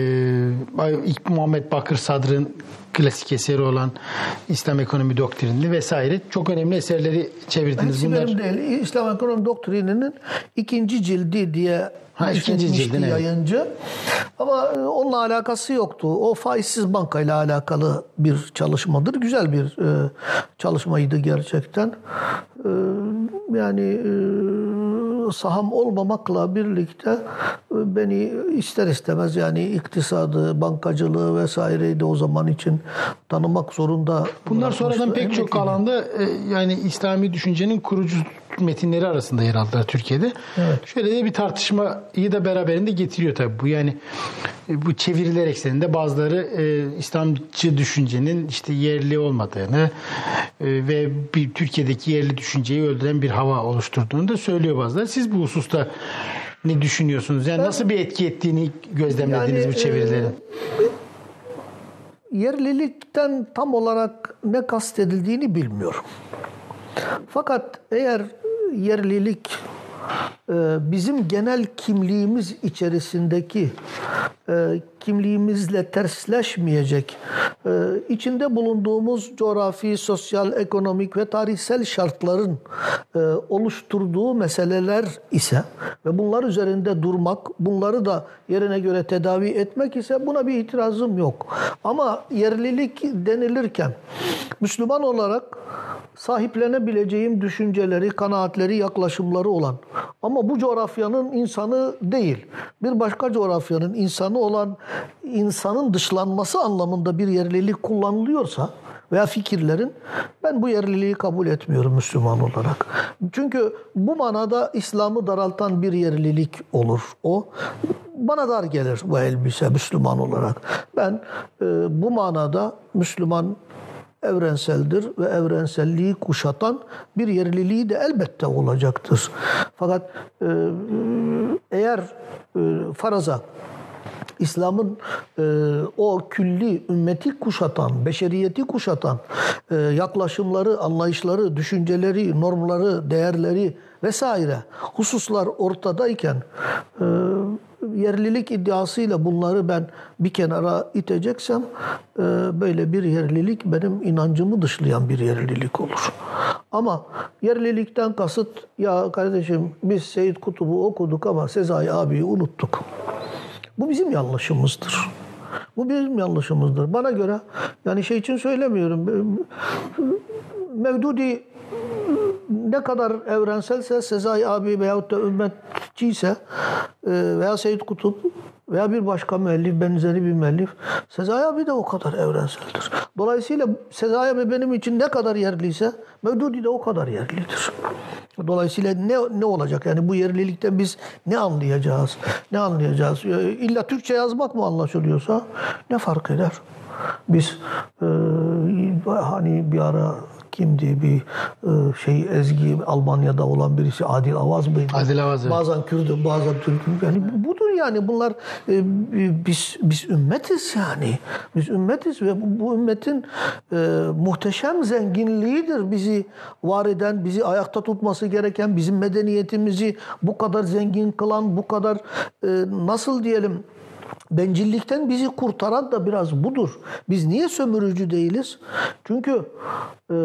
e, Muhammed Bakır Sadr'ın klasik eseri olan İslam Ekonomi Doktrini vesaire çok önemli eserleri çevirdiniz. Hepsi bunlar. Benim değil. İslam Ekonomi Doktrininin ikinci cildi diye Ha, ikinci cildin, yayıncı. Evet. Ama onunla alakası yoktu. O faizsiz bankayla alakalı bir çalışmadır. Güzel bir e, çalışmaydı gerçekten. E, yani e, saham olmamakla birlikte e, beni ister istemez yani iktisadı, bankacılığı vesaireydi o zaman için tanımak zorunda. Bunlar sonradan pek çok alanda e, yani İslami düşüncenin kurucu metinleri arasında yer aldılar Türkiye'de. Evet. Şöyle de bir tartışmayı da beraberinde getiriyor tabii bu. Yani bu çeviriler ekseninde bazıları e, İslamcı düşüncenin işte yerli olmadığını e, ve bir Türkiye'deki yerli düşünceyi öldüren bir hava oluşturduğunu da söylüyor bazıları. Siz bu hususta ne düşünüyorsunuz? Yani ben, nasıl bir etki ettiğini gözlemlediniz yani, bu çevirilerin? E, yerlilikten tam olarak ne kastedildiğini bilmiyorum. Fakat eğer yerlilik bizim genel kimliğimiz içerisindeki kimliğimizle tersleşmeyecek, içinde bulunduğumuz coğrafi, sosyal, ekonomik ve tarihsel şartların oluşturduğu meseleler ise ve bunlar üzerinde durmak, bunları da yerine göre tedavi etmek ise buna bir itirazım yok. Ama yerlilik denilirken Müslüman olarak sahiplenebileceğim düşünceleri, kanaatleri, yaklaşımları olan ama bu coğrafyanın insanı değil, bir başka coğrafyanın insanı olan insanın dışlanması anlamında bir yerlilik kullanılıyorsa veya fikirlerin, ben bu yerliliği kabul etmiyorum Müslüman olarak. Çünkü bu manada İslam'ı daraltan bir yerlilik olur o. Bana dar gelir bu elbise Müslüman olarak. Ben e, bu manada Müslüman evrenseldir ve evrenselliği kuşatan bir yerliliği de elbette olacaktır. Fakat e, eğer e, faraza İslam'ın e, o külli ümmeti kuşatan, beşeriyeti kuşatan e, yaklaşımları, anlayışları, düşünceleri, normları, değerleri vesaire hususlar ortadayken e, yerlilik iddiasıyla bunları ben bir kenara iteceksem e, böyle bir yerlilik benim inancımı dışlayan bir yerlilik olur. Ama yerlilikten kasıt ya kardeşim biz Seyyid Kutub'u okuduk ama Sezai abiyi unuttuk. Bu bizim yanlışımızdır. Bu bizim yanlışımızdır. Bana göre yani şey için söylemiyorum. Mevdudi ne kadar evrenselse Sezai abi veyahut da ümmetçiyse e, veya Seyyid Kutup veya bir başka müellif, benzeri bir müellif, Sezai abi de o kadar evrenseldir. Dolayısıyla Sezai abi benim için ne kadar yerliyse Mevdudi de o kadar yerlidir. Dolayısıyla ne ne olacak? Yani bu yerlilikten biz ne anlayacağız? Ne anlayacağız? İlla Türkçe yazmak mı anlaşılıyorsa ne fark eder? Biz e, hani bir ara kimdi bir e, şey Ezgi Almanya'da olan birisi Adil Avaz mıydı? Adil Avaz. Bazen Kürdüm, bazen Türk'üm. Yani budur yani bunlar e, biz biz ümmetiz yani. Biz ümmetiz ve bu, bu ümmetin e, muhteşem zenginliğidir bizi var eden, bizi ayakta tutması gereken, bizim medeniyetimizi bu kadar zengin kılan, bu kadar e, nasıl diyelim bencillikten bizi kurtaran da biraz budur. Biz niye sömürücü değiliz? Çünkü e,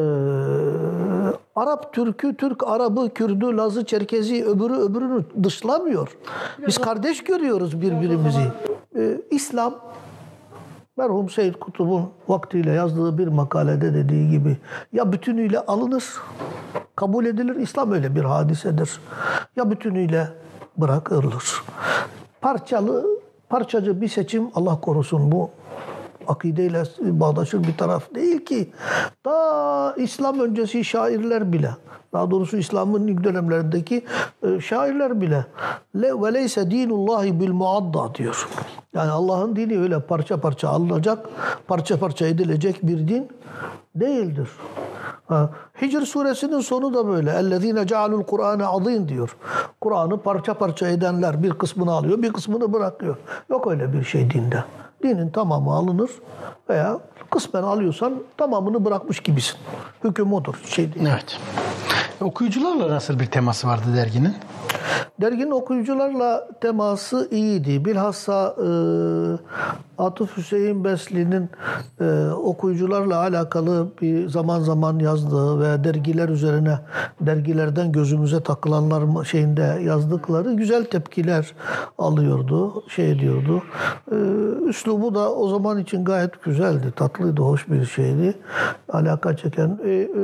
Arap Türk'ü, Türk Arap'ı, Kürd'ü, Laz'ı, Çerkezi öbürü öbürünü dışlamıyor. Biz kardeş görüyoruz birbirimizi. E, İslam merhum Seyyid Kutup'un vaktiyle yazdığı bir makalede dediği gibi ya bütünüyle alınır, kabul edilir. İslam öyle bir hadisedir. Ya bütünüyle bırakılır. Parçalı Parçacı bir seçim Allah korusun bu akideyle bağdaşır bir taraf değil ki. Ta İslam öncesi şairler bile, daha doğrusu İslam'ın ilk dönemlerindeki şairler bile ve leyse dinullahi bil muadda diyor. Yani Allah'ın dini öyle parça parça alınacak, parça parça edilecek bir din değildir. Ha, Hicr suresinin sonu da böyle. اَلَّذ۪ينَ جَعَلُوا الْقُرْآنَ عَظ۪ينَ diyor. Kur'an'ı parça parça edenler bir kısmını alıyor, bir kısmını bırakıyor. Yok öyle bir şey dinde. Dinin tamamı alınır veya kısmen alıyorsan tamamını bırakmış gibisin. Hüküm odur. Şey değil. Evet. Okuyucularla nasıl bir teması vardı derginin? Derginin okuyucularla teması iyiydi. Bilhassa e, Atıf Hüseyin Besli'nin e, okuyucularla alakalı bir zaman zaman yazdığı ve dergiler üzerine dergilerden gözümüze takılanlar şeyinde yazdıkları güzel tepkiler alıyordu, şey diyordu. E, üslubu da o zaman için gayet güzeldi, tatlıydı, hoş bir şeydi. Alaka çeken. E, e,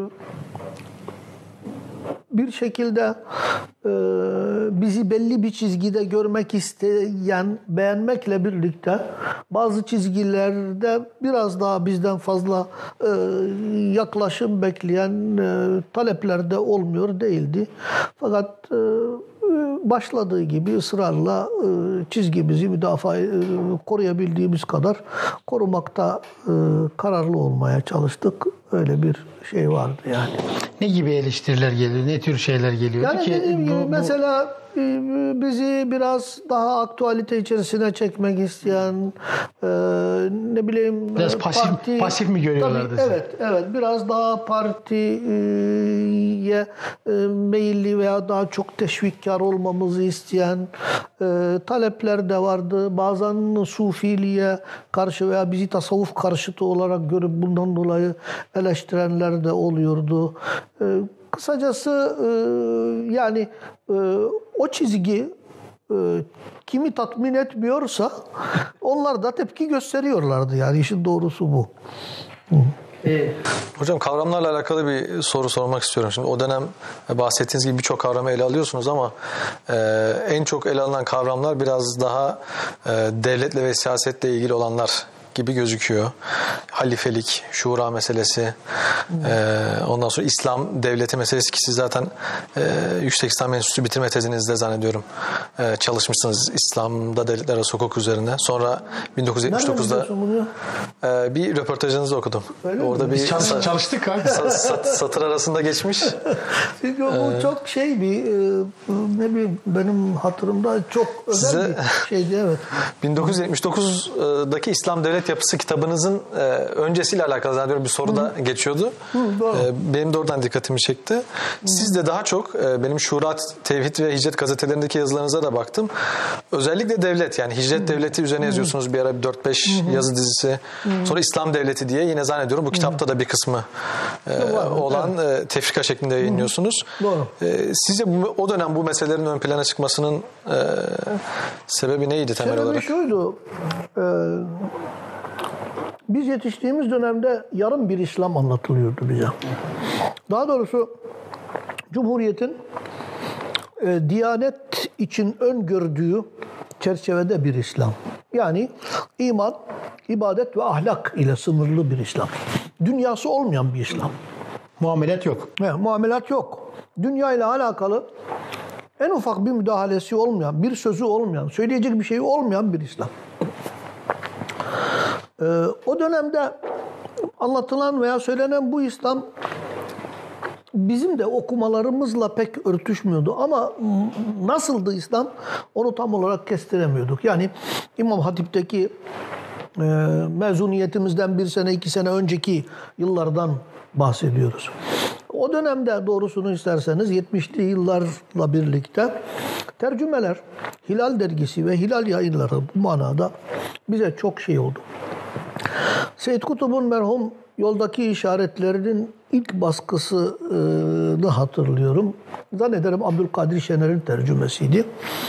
bir şekilde e, bizi belli bir çizgide görmek isteyen, beğenmekle birlikte bazı çizgilerde biraz daha bizden fazla e, yaklaşım bekleyen e, talepler de olmuyor değildi. Fakat e, başladığı gibi ısrarla e, çizgimizi müdafaa e, koruyabildiğimiz kadar korumakta e, kararlı olmaya çalıştık. Öyle bir şey vardı yani. Ne gibi eleştiriler geliyor? Ne tür şeyler geliyordu yani ki? Dediğim gibi, bu, bu... mesela bizi biraz daha aktualite içerisine çekmek isteyen e, ne bileyim biraz pasif, parti, pasif mi görüyorlardı? Tabii, evet, evet. Biraz daha partiye e, meyilli veya daha çok teşvikkar olmamızı isteyen e, talepler de vardı. Bazen sufiliğe karşı veya bizi tasavvuf karşıtı olarak görüp bundan dolayı eleştirenler de oluyordu. E, Kısacası e, yani e, o çizgi e, kimi tatmin etmiyorsa onlar da tepki gösteriyorlardı. Yani işin doğrusu bu. Ee, Hocam kavramlarla alakalı bir soru sormak istiyorum. Şimdi o dönem bahsettiğiniz gibi birçok kavramı ele alıyorsunuz ama e, en çok ele alınan kavramlar biraz daha e, devletle ve siyasetle ilgili olanlar gibi gözüküyor. Halifelik, şura meselesi, hmm. e, ondan sonra İslam devleti meselesi ki siz zaten e, Yüksek İslam Enstitüsü bitirme tezinizde zannediyorum e, çalışmışsınız İslam'da devletler arası hukuk üzerine. Sonra bin dokuz yüz yetmiş dokuzda e, bir röportajınızı okudum. Öyle Orada mi? bir Çalış, çalıştık abi. Sat, satır arasında geçmiş. Çünkü bu ee, çok şey bir ne bileyim benim hatırımda çok özel size, bir şeydi evet. bin dokuz yüz yetmiş dokuzdaki İslam devlet yapısı kitabınızın e, öncesiyle alakalı zannediyorum bir soru da Hı. geçiyordu. Hı, e, benim de oradan dikkatimi çekti. Hı. Siz de daha çok e, benim Şura, Tevhid ve Hicret gazetelerindeki yazılarınıza da baktım. Özellikle devlet yani Hicret Hı. devleti üzerine Hı. yazıyorsunuz bir ara dört beş yazı dizisi. Hı. Sonra İslam devleti diye yine zannediyorum bu kitapta da bir kısmı e, olan evet. e, tefrika şeklinde yayınlıyorsunuz. Hı. Doğru. E, sizce bu, o dönem bu meselelerin ön plana çıkmasının e, sebebi neydi temel sebebi olarak? Sebebi şuydu. E, Biz yetiştiğimiz dönemde yarım bir İslam anlatılıyordu bize. Daha doğrusu Cumhuriyetin e, Diyanet için öngördüğü çerçevede bir İslam. Yani iman, ibadet ve ahlak ile sınırlı bir İslam. Dünyası olmayan bir İslam. Muamelat yok. Evet, muamelat yok. Dünya ile alakalı en ufak bir müdahalesi olmayan, bir sözü olmayan, söyleyecek bir şeyi olmayan bir İslam. Ee, o dönemde anlatılan veya söylenen bu İslam bizim de okumalarımızla pek örtüşmüyordu. Ama nasıldı İslam? Onu tam olarak kestiremiyorduk. Yani İmam Hatip'teki e, mezuniyetimizden bir sene, iki sene önceki yıllardan bahsediyoruz. O dönemde doğrusunu isterseniz yetmişli yıllarla birlikte tercümeler, Hilal dergisi ve Hilal yayınları bu manada bize çok şey oldu. Seyyid Kutub'un merhum Yoldaki işaretlerinin ilk baskısını hatırlıyorum. Zannederim Abdülkadir Şener'in tercümesiydi.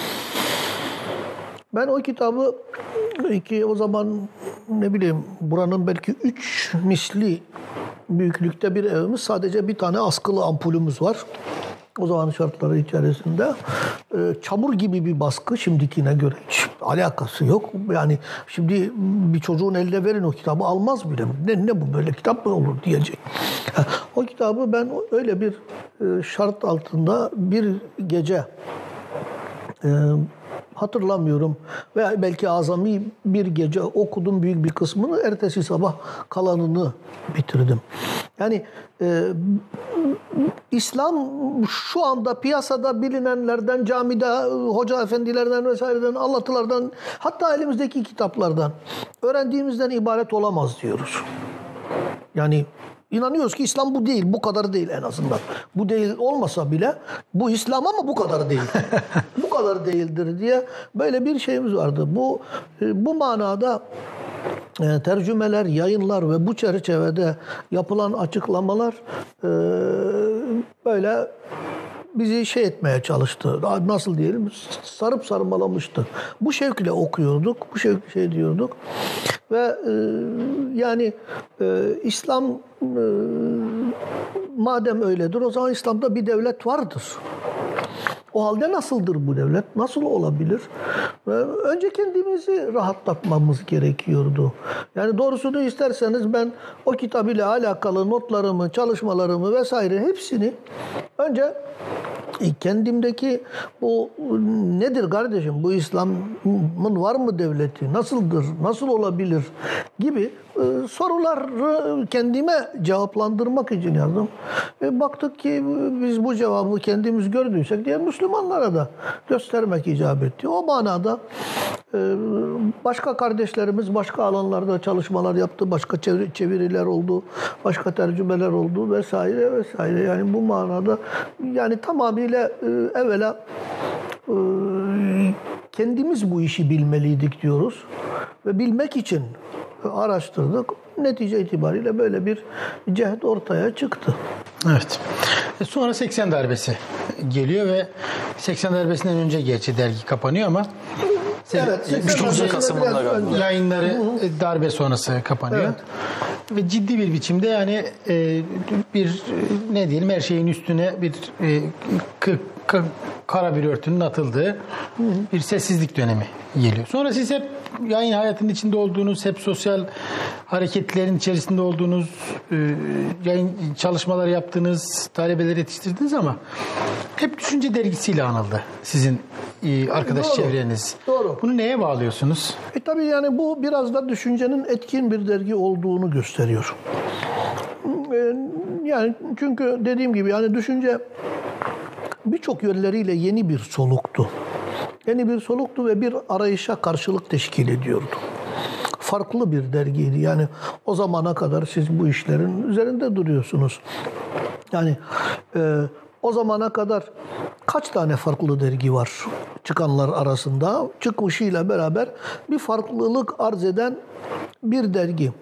Ben o kitabı ki o zaman ne bileyim buranın belki üç misli büyüklükte bir evimiz, sadece bir tane askılı ampulümüz var. O zaman şartları içerisinde e, çamur gibi bir baskı, şimdikine göre hiç alakası yok. Yani şimdi bir çocuğun eline verin o kitabı almaz bile. Ne, ne bu böyle kitap mı olur diyecek. O kitabı ben öyle bir e, şart altında bir gece e, hatırlamıyorum veya belki azami bir gece okudum, büyük bir kısmını, ertesi sabah kalanını bitirdim. Yani e, İslam şu anda piyasada bilinenlerden, camide hoca efendilerden vesaireden, anlatılardan, hatta elimizdeki kitaplardan öğrendiğimizden ibaret olamaz diyoruz. Yani İnanıyoruz ki İslam bu değil, bu kadar değil en azından. Bu değil olmasa bile bu İslam ama bu kadar değil. Bu kadar değildir diye böyle bir şeyimiz vardı. Bu bu manada e, tercümeler, yayınlar ve bu çerçevede yapılan açıklamalar e, böyle bizi şey etmeye çalıştı. Nasıl diyelim? Sarıp sarmalamıştı. Bu şevkle okuyorduk, bu şevkle şey diyorduk. Ve e, yani e, İslam e, madem öyledir, o zaman İslam'da bir devlet vardır. O halde nasıldır bu devlet? Nasıl olabilir? Ve önce kendimizi rahatlatmamız gerekiyordu. Yani doğrusunu isterseniz ben o kitap ile alakalı notlarımı, çalışmalarımı vesaire hepsini önce kendimdeki bu nedir kardeşim, bu İslam'ın var mı devleti, nasıldır, nasıl olabilir gibi e, soruları kendime cevaplandırmak için yazdım. E, baktık ki biz bu cevabı kendimiz gördüysek diye Müslümanlara da göstermek icap etti. O manada e, başka kardeşlerimiz başka alanlarda çalışmalar yaptı, başka çevir- çeviriler oldu, başka tercümeler oldu vesaire vesaire. Yani bu manada yani tamamıyla e, evvela e, kendimiz bu işi bilmeliydik diyoruz ve bilmek için araştırdık. Netice itibariyle böyle bir cehd ortaya çıktı. Evet. Sonra seksen darbesi geliyor ve seksen darbesinden önce gerçi dergi kapanıyor ama evet, seksen Kasım'ında galiba. Yayınları darbe sonrası kapanıyor. Evet. Ve ciddi bir biçimde yani e, bir ne diyelim her şeyin üstüne bir e, k- k- kara bir örtünün atıldığı bir sessizlik dönemi geliyor. Sonra siz hep yayın hayatının içinde olduğunuz, hep sosyal hareketlerin içerisinde olduğunuz, e, yayın çalışmaları yaptığınız, talebeleri yetiştirdiniz ama hep Düşünce Dergisi'yle anıldı sizin e, arkadaş Doğru. çevreniz. Doğru. Bunu neye bağlıyorsunuz? E tabii yani bu biraz da düşüncenin etkin bir dergi olduğunu gösteriyor. E, yani çünkü dediğim gibi yani düşünce birçok yönleriyle yeni bir soluktu. Yeni bir soluktu ve bir arayışa karşılık teşkil ediyordu. Farklı bir dergiydi. Yani o zamana kadar siz bu işlerin üzerinde duruyorsunuz. Yani e, o zamana kadar kaç tane farklı dergi var çıkanlar arasında? Çıkışıyla beraber bir farklılık arz eden bir dergi.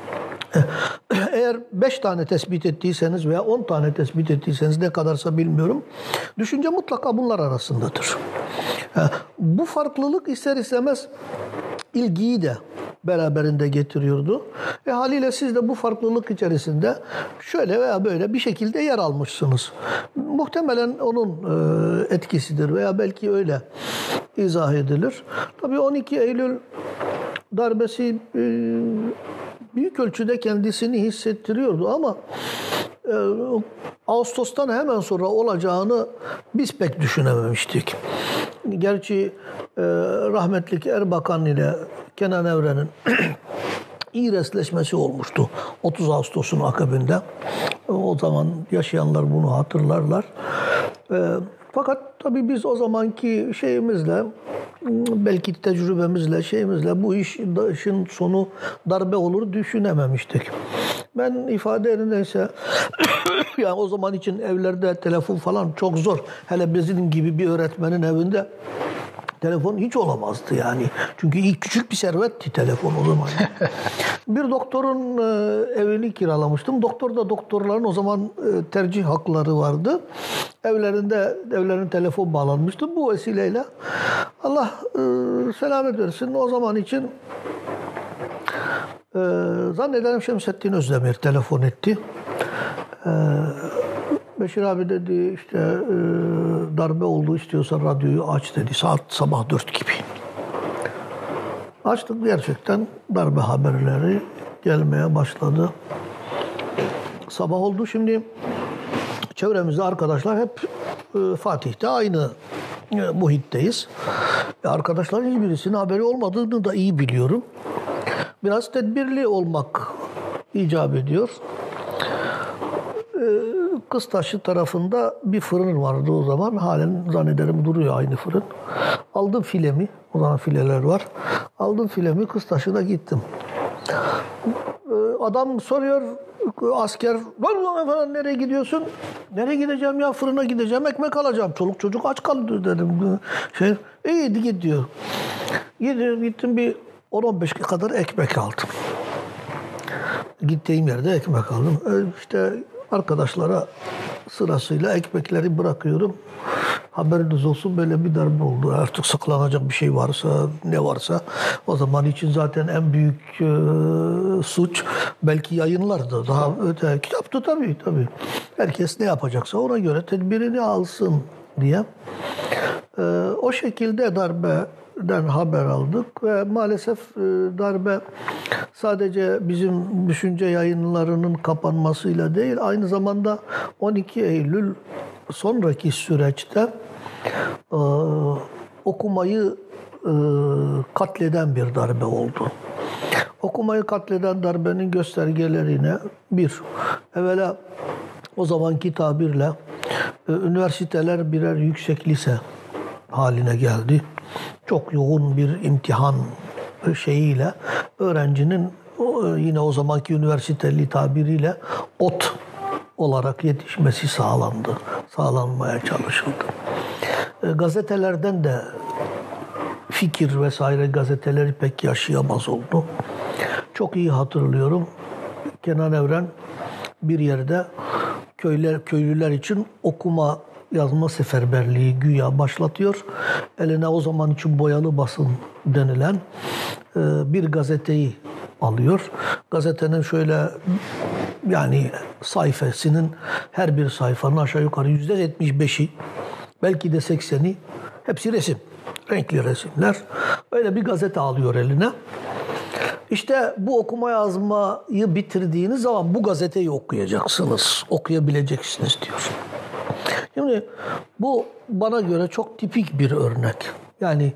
Eğer beş tane tespit ettiyseniz veya on tane tespit ettiyseniz, ne kadarsa bilmiyorum, düşünce mutlaka bunlar arasındadır. Bu farklılık ister istemez ilgiyi de, beraberinde getiriyordu. E haliyle siz de bu farklılık içerisinde şöyle veya böyle bir şekilde yer almışsınız. Muhtemelen onun e, etkisidir veya belki öyle izah edilir. Tabii on iki Eylül darbesi e, büyük ölçüde kendisini hissettiriyordu ama e, Ağustos'tan hemen sonra olacağını biz pek düşünememiştik. Gerçi e, rahmetli Erbakan ile Kenan Evren'in iyi restleşmesi olmuştu otuz Ağustos'un akabinde. O zaman yaşayanlar bunu hatırlarlar. E, fakat tabii biz o zamanki şeyimizle, belki tecrübemizle, şeyimizle bu iş, işin sonu darbe olur düşünememiştik. Ben ifade yerindeyse yani o zaman için evlerde telefon falan çok zor. Hele bizim gibi bir öğretmenin evinde telefon hiç olamazdı yani. Çünkü ilk küçük bir servetti telefon o zaman. Bir doktorun evini kiralamıştım. Doktor da doktorların o zaman tercih hakları vardı. Evlerinde evlerine telefon bağlanmıştı. Bu vesileyle Allah selamet versin. O zaman için zannederim Şemsettin Özdemir telefon etti. Beşir abi dedi işte e, darbe oldu, istiyorsan radyoyu aç dedi. Saat sabah dört gibi. Açtık, gerçekten darbe haberleri gelmeye başladı. Sabah oldu, şimdi çevremizde arkadaşlar hep e, Fatih'te aynı e, muhitteyiz. E, arkadaşların hiçbirisinin haberi olmadığını da iyi biliyorum. Biraz tedbirli olmak icap ediyor. Kıztaşı tarafında bir fırın vardı o zaman. Halen zannederim duruyor aynı fırın. Aldım filemi. O zaman fileler var. Aldım filemi, Kıztaşı'na gittim. Adam soruyor, asker, efendim nereye gidiyorsun? Nereye gideceğim ya? Fırına gideceğim, ekmek alacağım. Çoluk çocuk aç kaldı dedim. Şey, iyi git diyor. Gittim, gittim bir on on beş kadar ekmek aldım. Gittiğim yerde ekmek aldım. İşte arkadaşlara sırasıyla ekmekleri bırakıyorum. Haberiniz olsun, böyle bir darbe oldu. Artık saklanacak bir şey varsa, ne varsa o zaman için zaten en büyük e, suç belki yayınlardı. Daha öte kitaptı tabii tabii. Herkes ne yapacaksa ona göre tedbirini alsın diye. E, o şekilde darbeden haber aldık ve maalesef e, darbe sadece bizim düşünce yayınlarının kapanmasıyla değil, aynı zamanda on iki Eylül sonraki süreçte e, okumayı e, katleden bir darbe oldu. Okumayı katleden darbenin göstergelerine bir, evvela o zamanki tabirle e, üniversiteler birer yüksek lise haline geldi. Çok yoğun bir imtihan şeyiyle öğrencinin yine o zamanki üniversiteli tabiriyle ot olarak yetişmesi sağlandı. Sağlanmaya çalışıldı. E, gazetelerden de fikir vesaire gazeteleri pek yaşayamaz oldu. Çok iyi hatırlıyorum. Kenan Evren bir yerde köyler, köylüler için okuma yazma seferberliği güya başlatıyor. Eline o zaman için boyalı basın denilen bir gazeteyi alıyor. Gazetenin şöyle yani sayfasının her bir sayfanın aşağı yukarı yüzde yetmiş beşi belki de sekseni hepsi resim. Renkli resimler. Öyle bir gazete alıyor eline. İşte bu okuma yazmayı bitirdiğiniz zaman bu gazeteyi okuyacaksınız. Okuyabileceksiniz diyor. Şimdi bu bana göre çok tipik bir örnek. Yani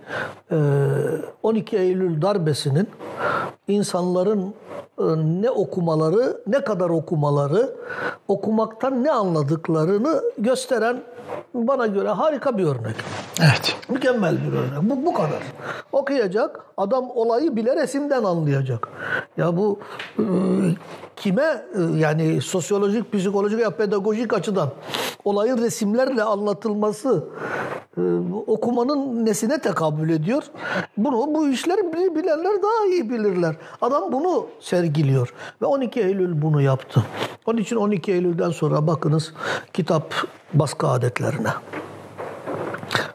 on iki Eylül darbesinin insanların ne okumaları, ne kadar okumaları, okumaktan ne anladıklarını gösteren bana göre harika bir örnek. Evet. Mükemmel bir örnek. Bu, bu kadar. Okuyacak, adam olayı bile resimden anlayacak. Ya bu e, kime e, yani sosyolojik, psikolojik ya pedagojik açıdan olayın resimlerle anlatılması e, okumanın nesine tekabül ediyor? Bunu bu işleri bilenler daha iyi bilirler. Adam bunu sergiliyor ve on iki Eylül bunu yaptı. Onun için on iki Eylül'den sonra bakınız kitap baskı adetlerine.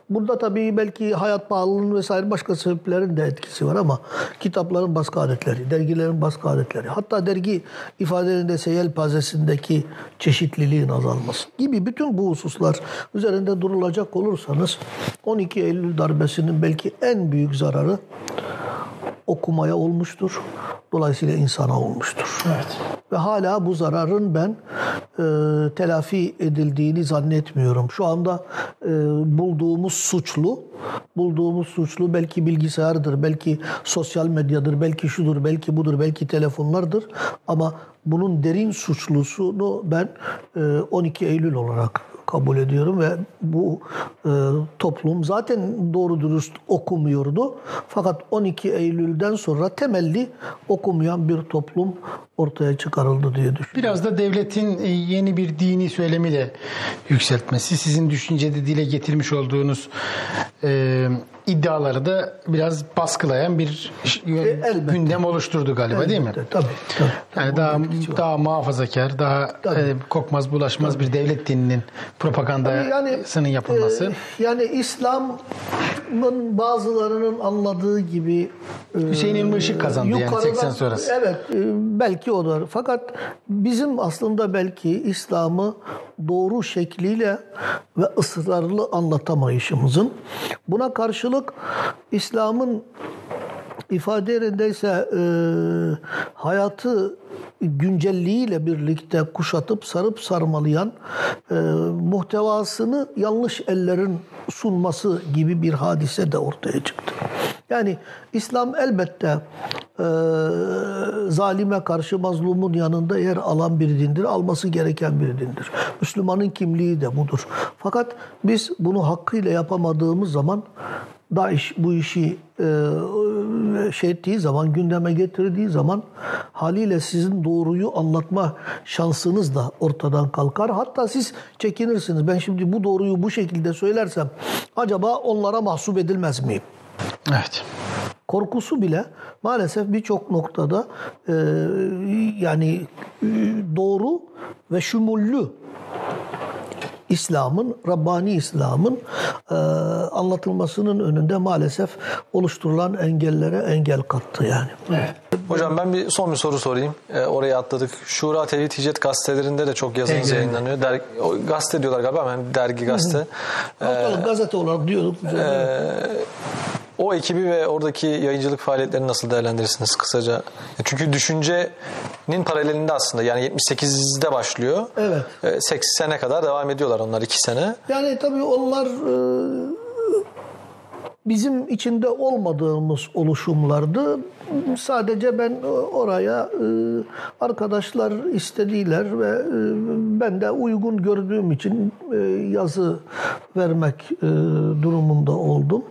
Burada tabii belki hayat pahalılığının vesaire başka sebeplerin de etkisi var ama kitapların baskı adetleri, dergilerin baskı adetleri, hatta dergi ifadelerinde yelpazesindeki çeşitliliğin azalması gibi bütün bu hususlar üzerinde durulacak olursanız on iki Eylül darbesinin belki en büyük zararı okumaya olmuştur. Dolayısıyla insana olmuştur. Evet. Ve hala bu zararın ben e, telafi edildiğini zannetmiyorum. Şu anda e, bulduğumuz suçlu, bulduğumuz suçlu belki bilgisayardır, belki sosyal medyadır, belki şudur, belki budur, belki telefonlardır. Ama bunun derin suçlusunu ben e, on iki Eylül olarak kabul ediyorum ve bu e, toplum zaten doğru dürüst okumuyordu. Fakat on iki Eylül'den sonra temelli okumayan bir toplum ortaya çıkarıldı diye düşünüyorum. Biraz da devletin yeni bir dini söylemi de yükseltmesi, sizin düşüncede dile getirmiş olduğunuz e, iddiaları da biraz baskılayan bir E, gündem oluşturdu galiba, elbette, değil mi? Tabii. tabii. Yani daha daha muhafazakar, daha e, kokmaz bulaşmaz tabii. bir devlet dininin propagandasının yani, yapılması. E, yani İslam'ın bazılarının anladığı gibi e, Hüseyin İlmi Işık kazandı yani seksen sonrası. Evet, e, belki odur. Fakat bizim aslında belki İslam'ı doğru şekliyle ve ısrarlı anlatamayışımızın, buna karşılık İslam'ın ifade yerindeyse e, hayatı güncelliğiyle birlikte kuşatıp sarıp sarmalayan e, muhtevasını yanlış ellerin sunması gibi bir hadise de ortaya çıktı. Yani İslam elbette e, zalime karşı mazlumun yanında yer alan bir dindir, alması gereken bir dindir. Müslümanın kimliği de budur. Fakat biz bunu hakkıyla yapamadığımız zaman, DAEŞ bu işi e, şey ettiği zaman, gündeme getirdiği zaman haliyle sizin doğruyu anlatma şansınız da ortadan kalkar. Hatta siz çekinirsiniz. Ben şimdi bu doğruyu bu şekilde söylersem acaba onlara mahsup edilmez miyim? Evet. Korkusu bile maalesef birçok noktada e, yani e, doğru ve şumullü İslam'ın, Rabbani İslam'ın e, anlatılmasının önünde maalesef oluşturulan engellere engel kattı yani. Evet. Hocam ben bir son bir soru sorayım. E, oraya atladık. Şura, Tevhid, Hicret gazetelerinde de çok yazınız evet, yayınlanıyor. Der, o, gazete diyorlar galiba ama yani dergi gazete. Haftalık e, gazete olarak diyorduk. E, o ekibi ve oradaki yayıncılık faaliyetlerini nasıl değerlendirirsiniz kısaca? Çünkü düşüncenin paralelinde aslında, yani yetmiş sekizde başlıyor. Evet. seksen sene kadar devam ediyorlar onlar, iki sene. Yani tabii onlar bizim içinde olmadığımız oluşumlardı. Sadece ben oraya arkadaşlar istediler ve ben de uygun gördüğüm için yazı vermek durumunda oldum.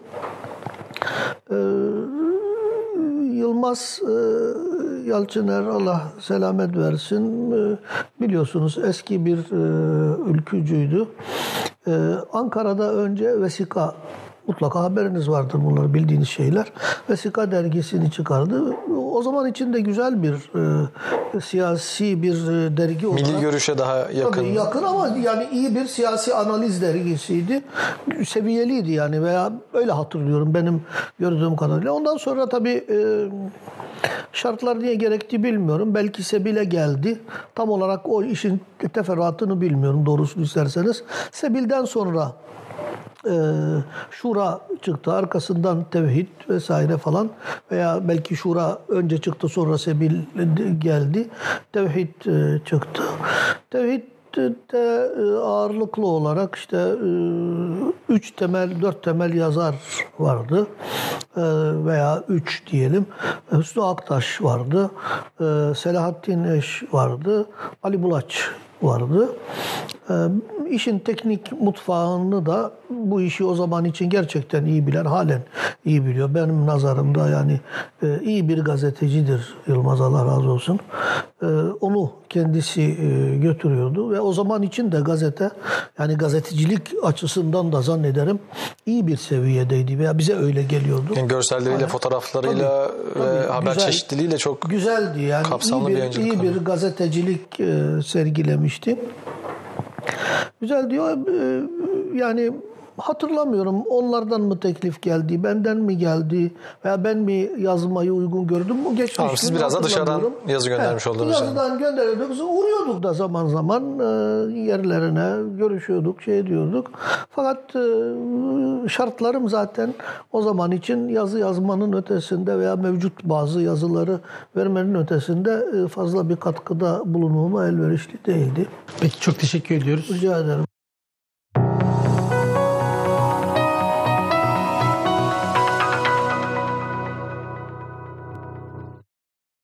Yılmaz Yalçıner, Allah selamet versin, biliyorsunuz eski bir ülkücüydü. Ankara'da önce Vesika, mutlaka haberiniz vardır bunları, bildiğiniz şeyler. Vesika dergisini çıkardı. O zaman için de güzel bir e, siyasi bir dergi olarak. Milli görüşe daha yakın. Tabii yakın ama yani iyi bir siyasi analiz dergisiydi. Seviyeliydi yani, veya öyle hatırlıyorum benim gördüğüm kadarıyla. Ondan sonra tabii e, şartlar niye gerektiği bilmiyorum. Belki Sebil'e geldi. Tam olarak o işin teferruatını bilmiyorum doğrusunu isterseniz. Sebil'den sonra Ee, Şura çıktı, arkasından Tevhid vesaire falan, veya belki Şura önce çıktı sonra Sebil geldi, Tevhid e, çıktı. Tevhid de e, ağırlıklı olarak işte e, üç temel, dört temel yazar vardı e, veya üç diyelim. Hüsnü Aktaş vardı, e, Selahattin Eş vardı, Ali Bulaç vardı. E, işin teknik mutfağını da, bu işi o zaman için gerçekten iyi bilen, halen iyi biliyor. Benim nazarımda yani e, iyi bir gazetecidir Yılmaz, Allah razı olsun. E, onu kendisi e, götürüyordu ve o zaman için de gazete, yani gazetecilik açısından da zannederim iyi bir seviyedeydi veya bize öyle geliyordu. Yani görselleriyle, yani, fotoğraflarıyla tabii, ve tabii, haber güzel, çeşitliliğiyle çok güzeldi yani, kapsamlı iyi bir, bir, iyi bir gazetecilik e, sergilemişti. Güzel diyor. E, yani hatırlamıyorum. Onlardan mı teklif geldi, benden mi geldi veya ben mi yazmayı uygun gördüm. Bu geçmiş Tamam, siz gün biraz da dışarıdan hatırlamıyorum. yazı göndermiş He, oldunuz. Yazıdan Yani. gönderiyorduk. Uğruyorduk da zaman zaman e, yerlerine, görüşüyorduk, şey diyorduk. Fakat e, şartlarım zaten o zaman için yazı yazmanın ötesinde veya mevcut bazı yazıları vermenin ötesinde e, fazla bir katkıda bulunmama elverişli değildi. Peki çok teşekkür ediyoruz. Rica ederim.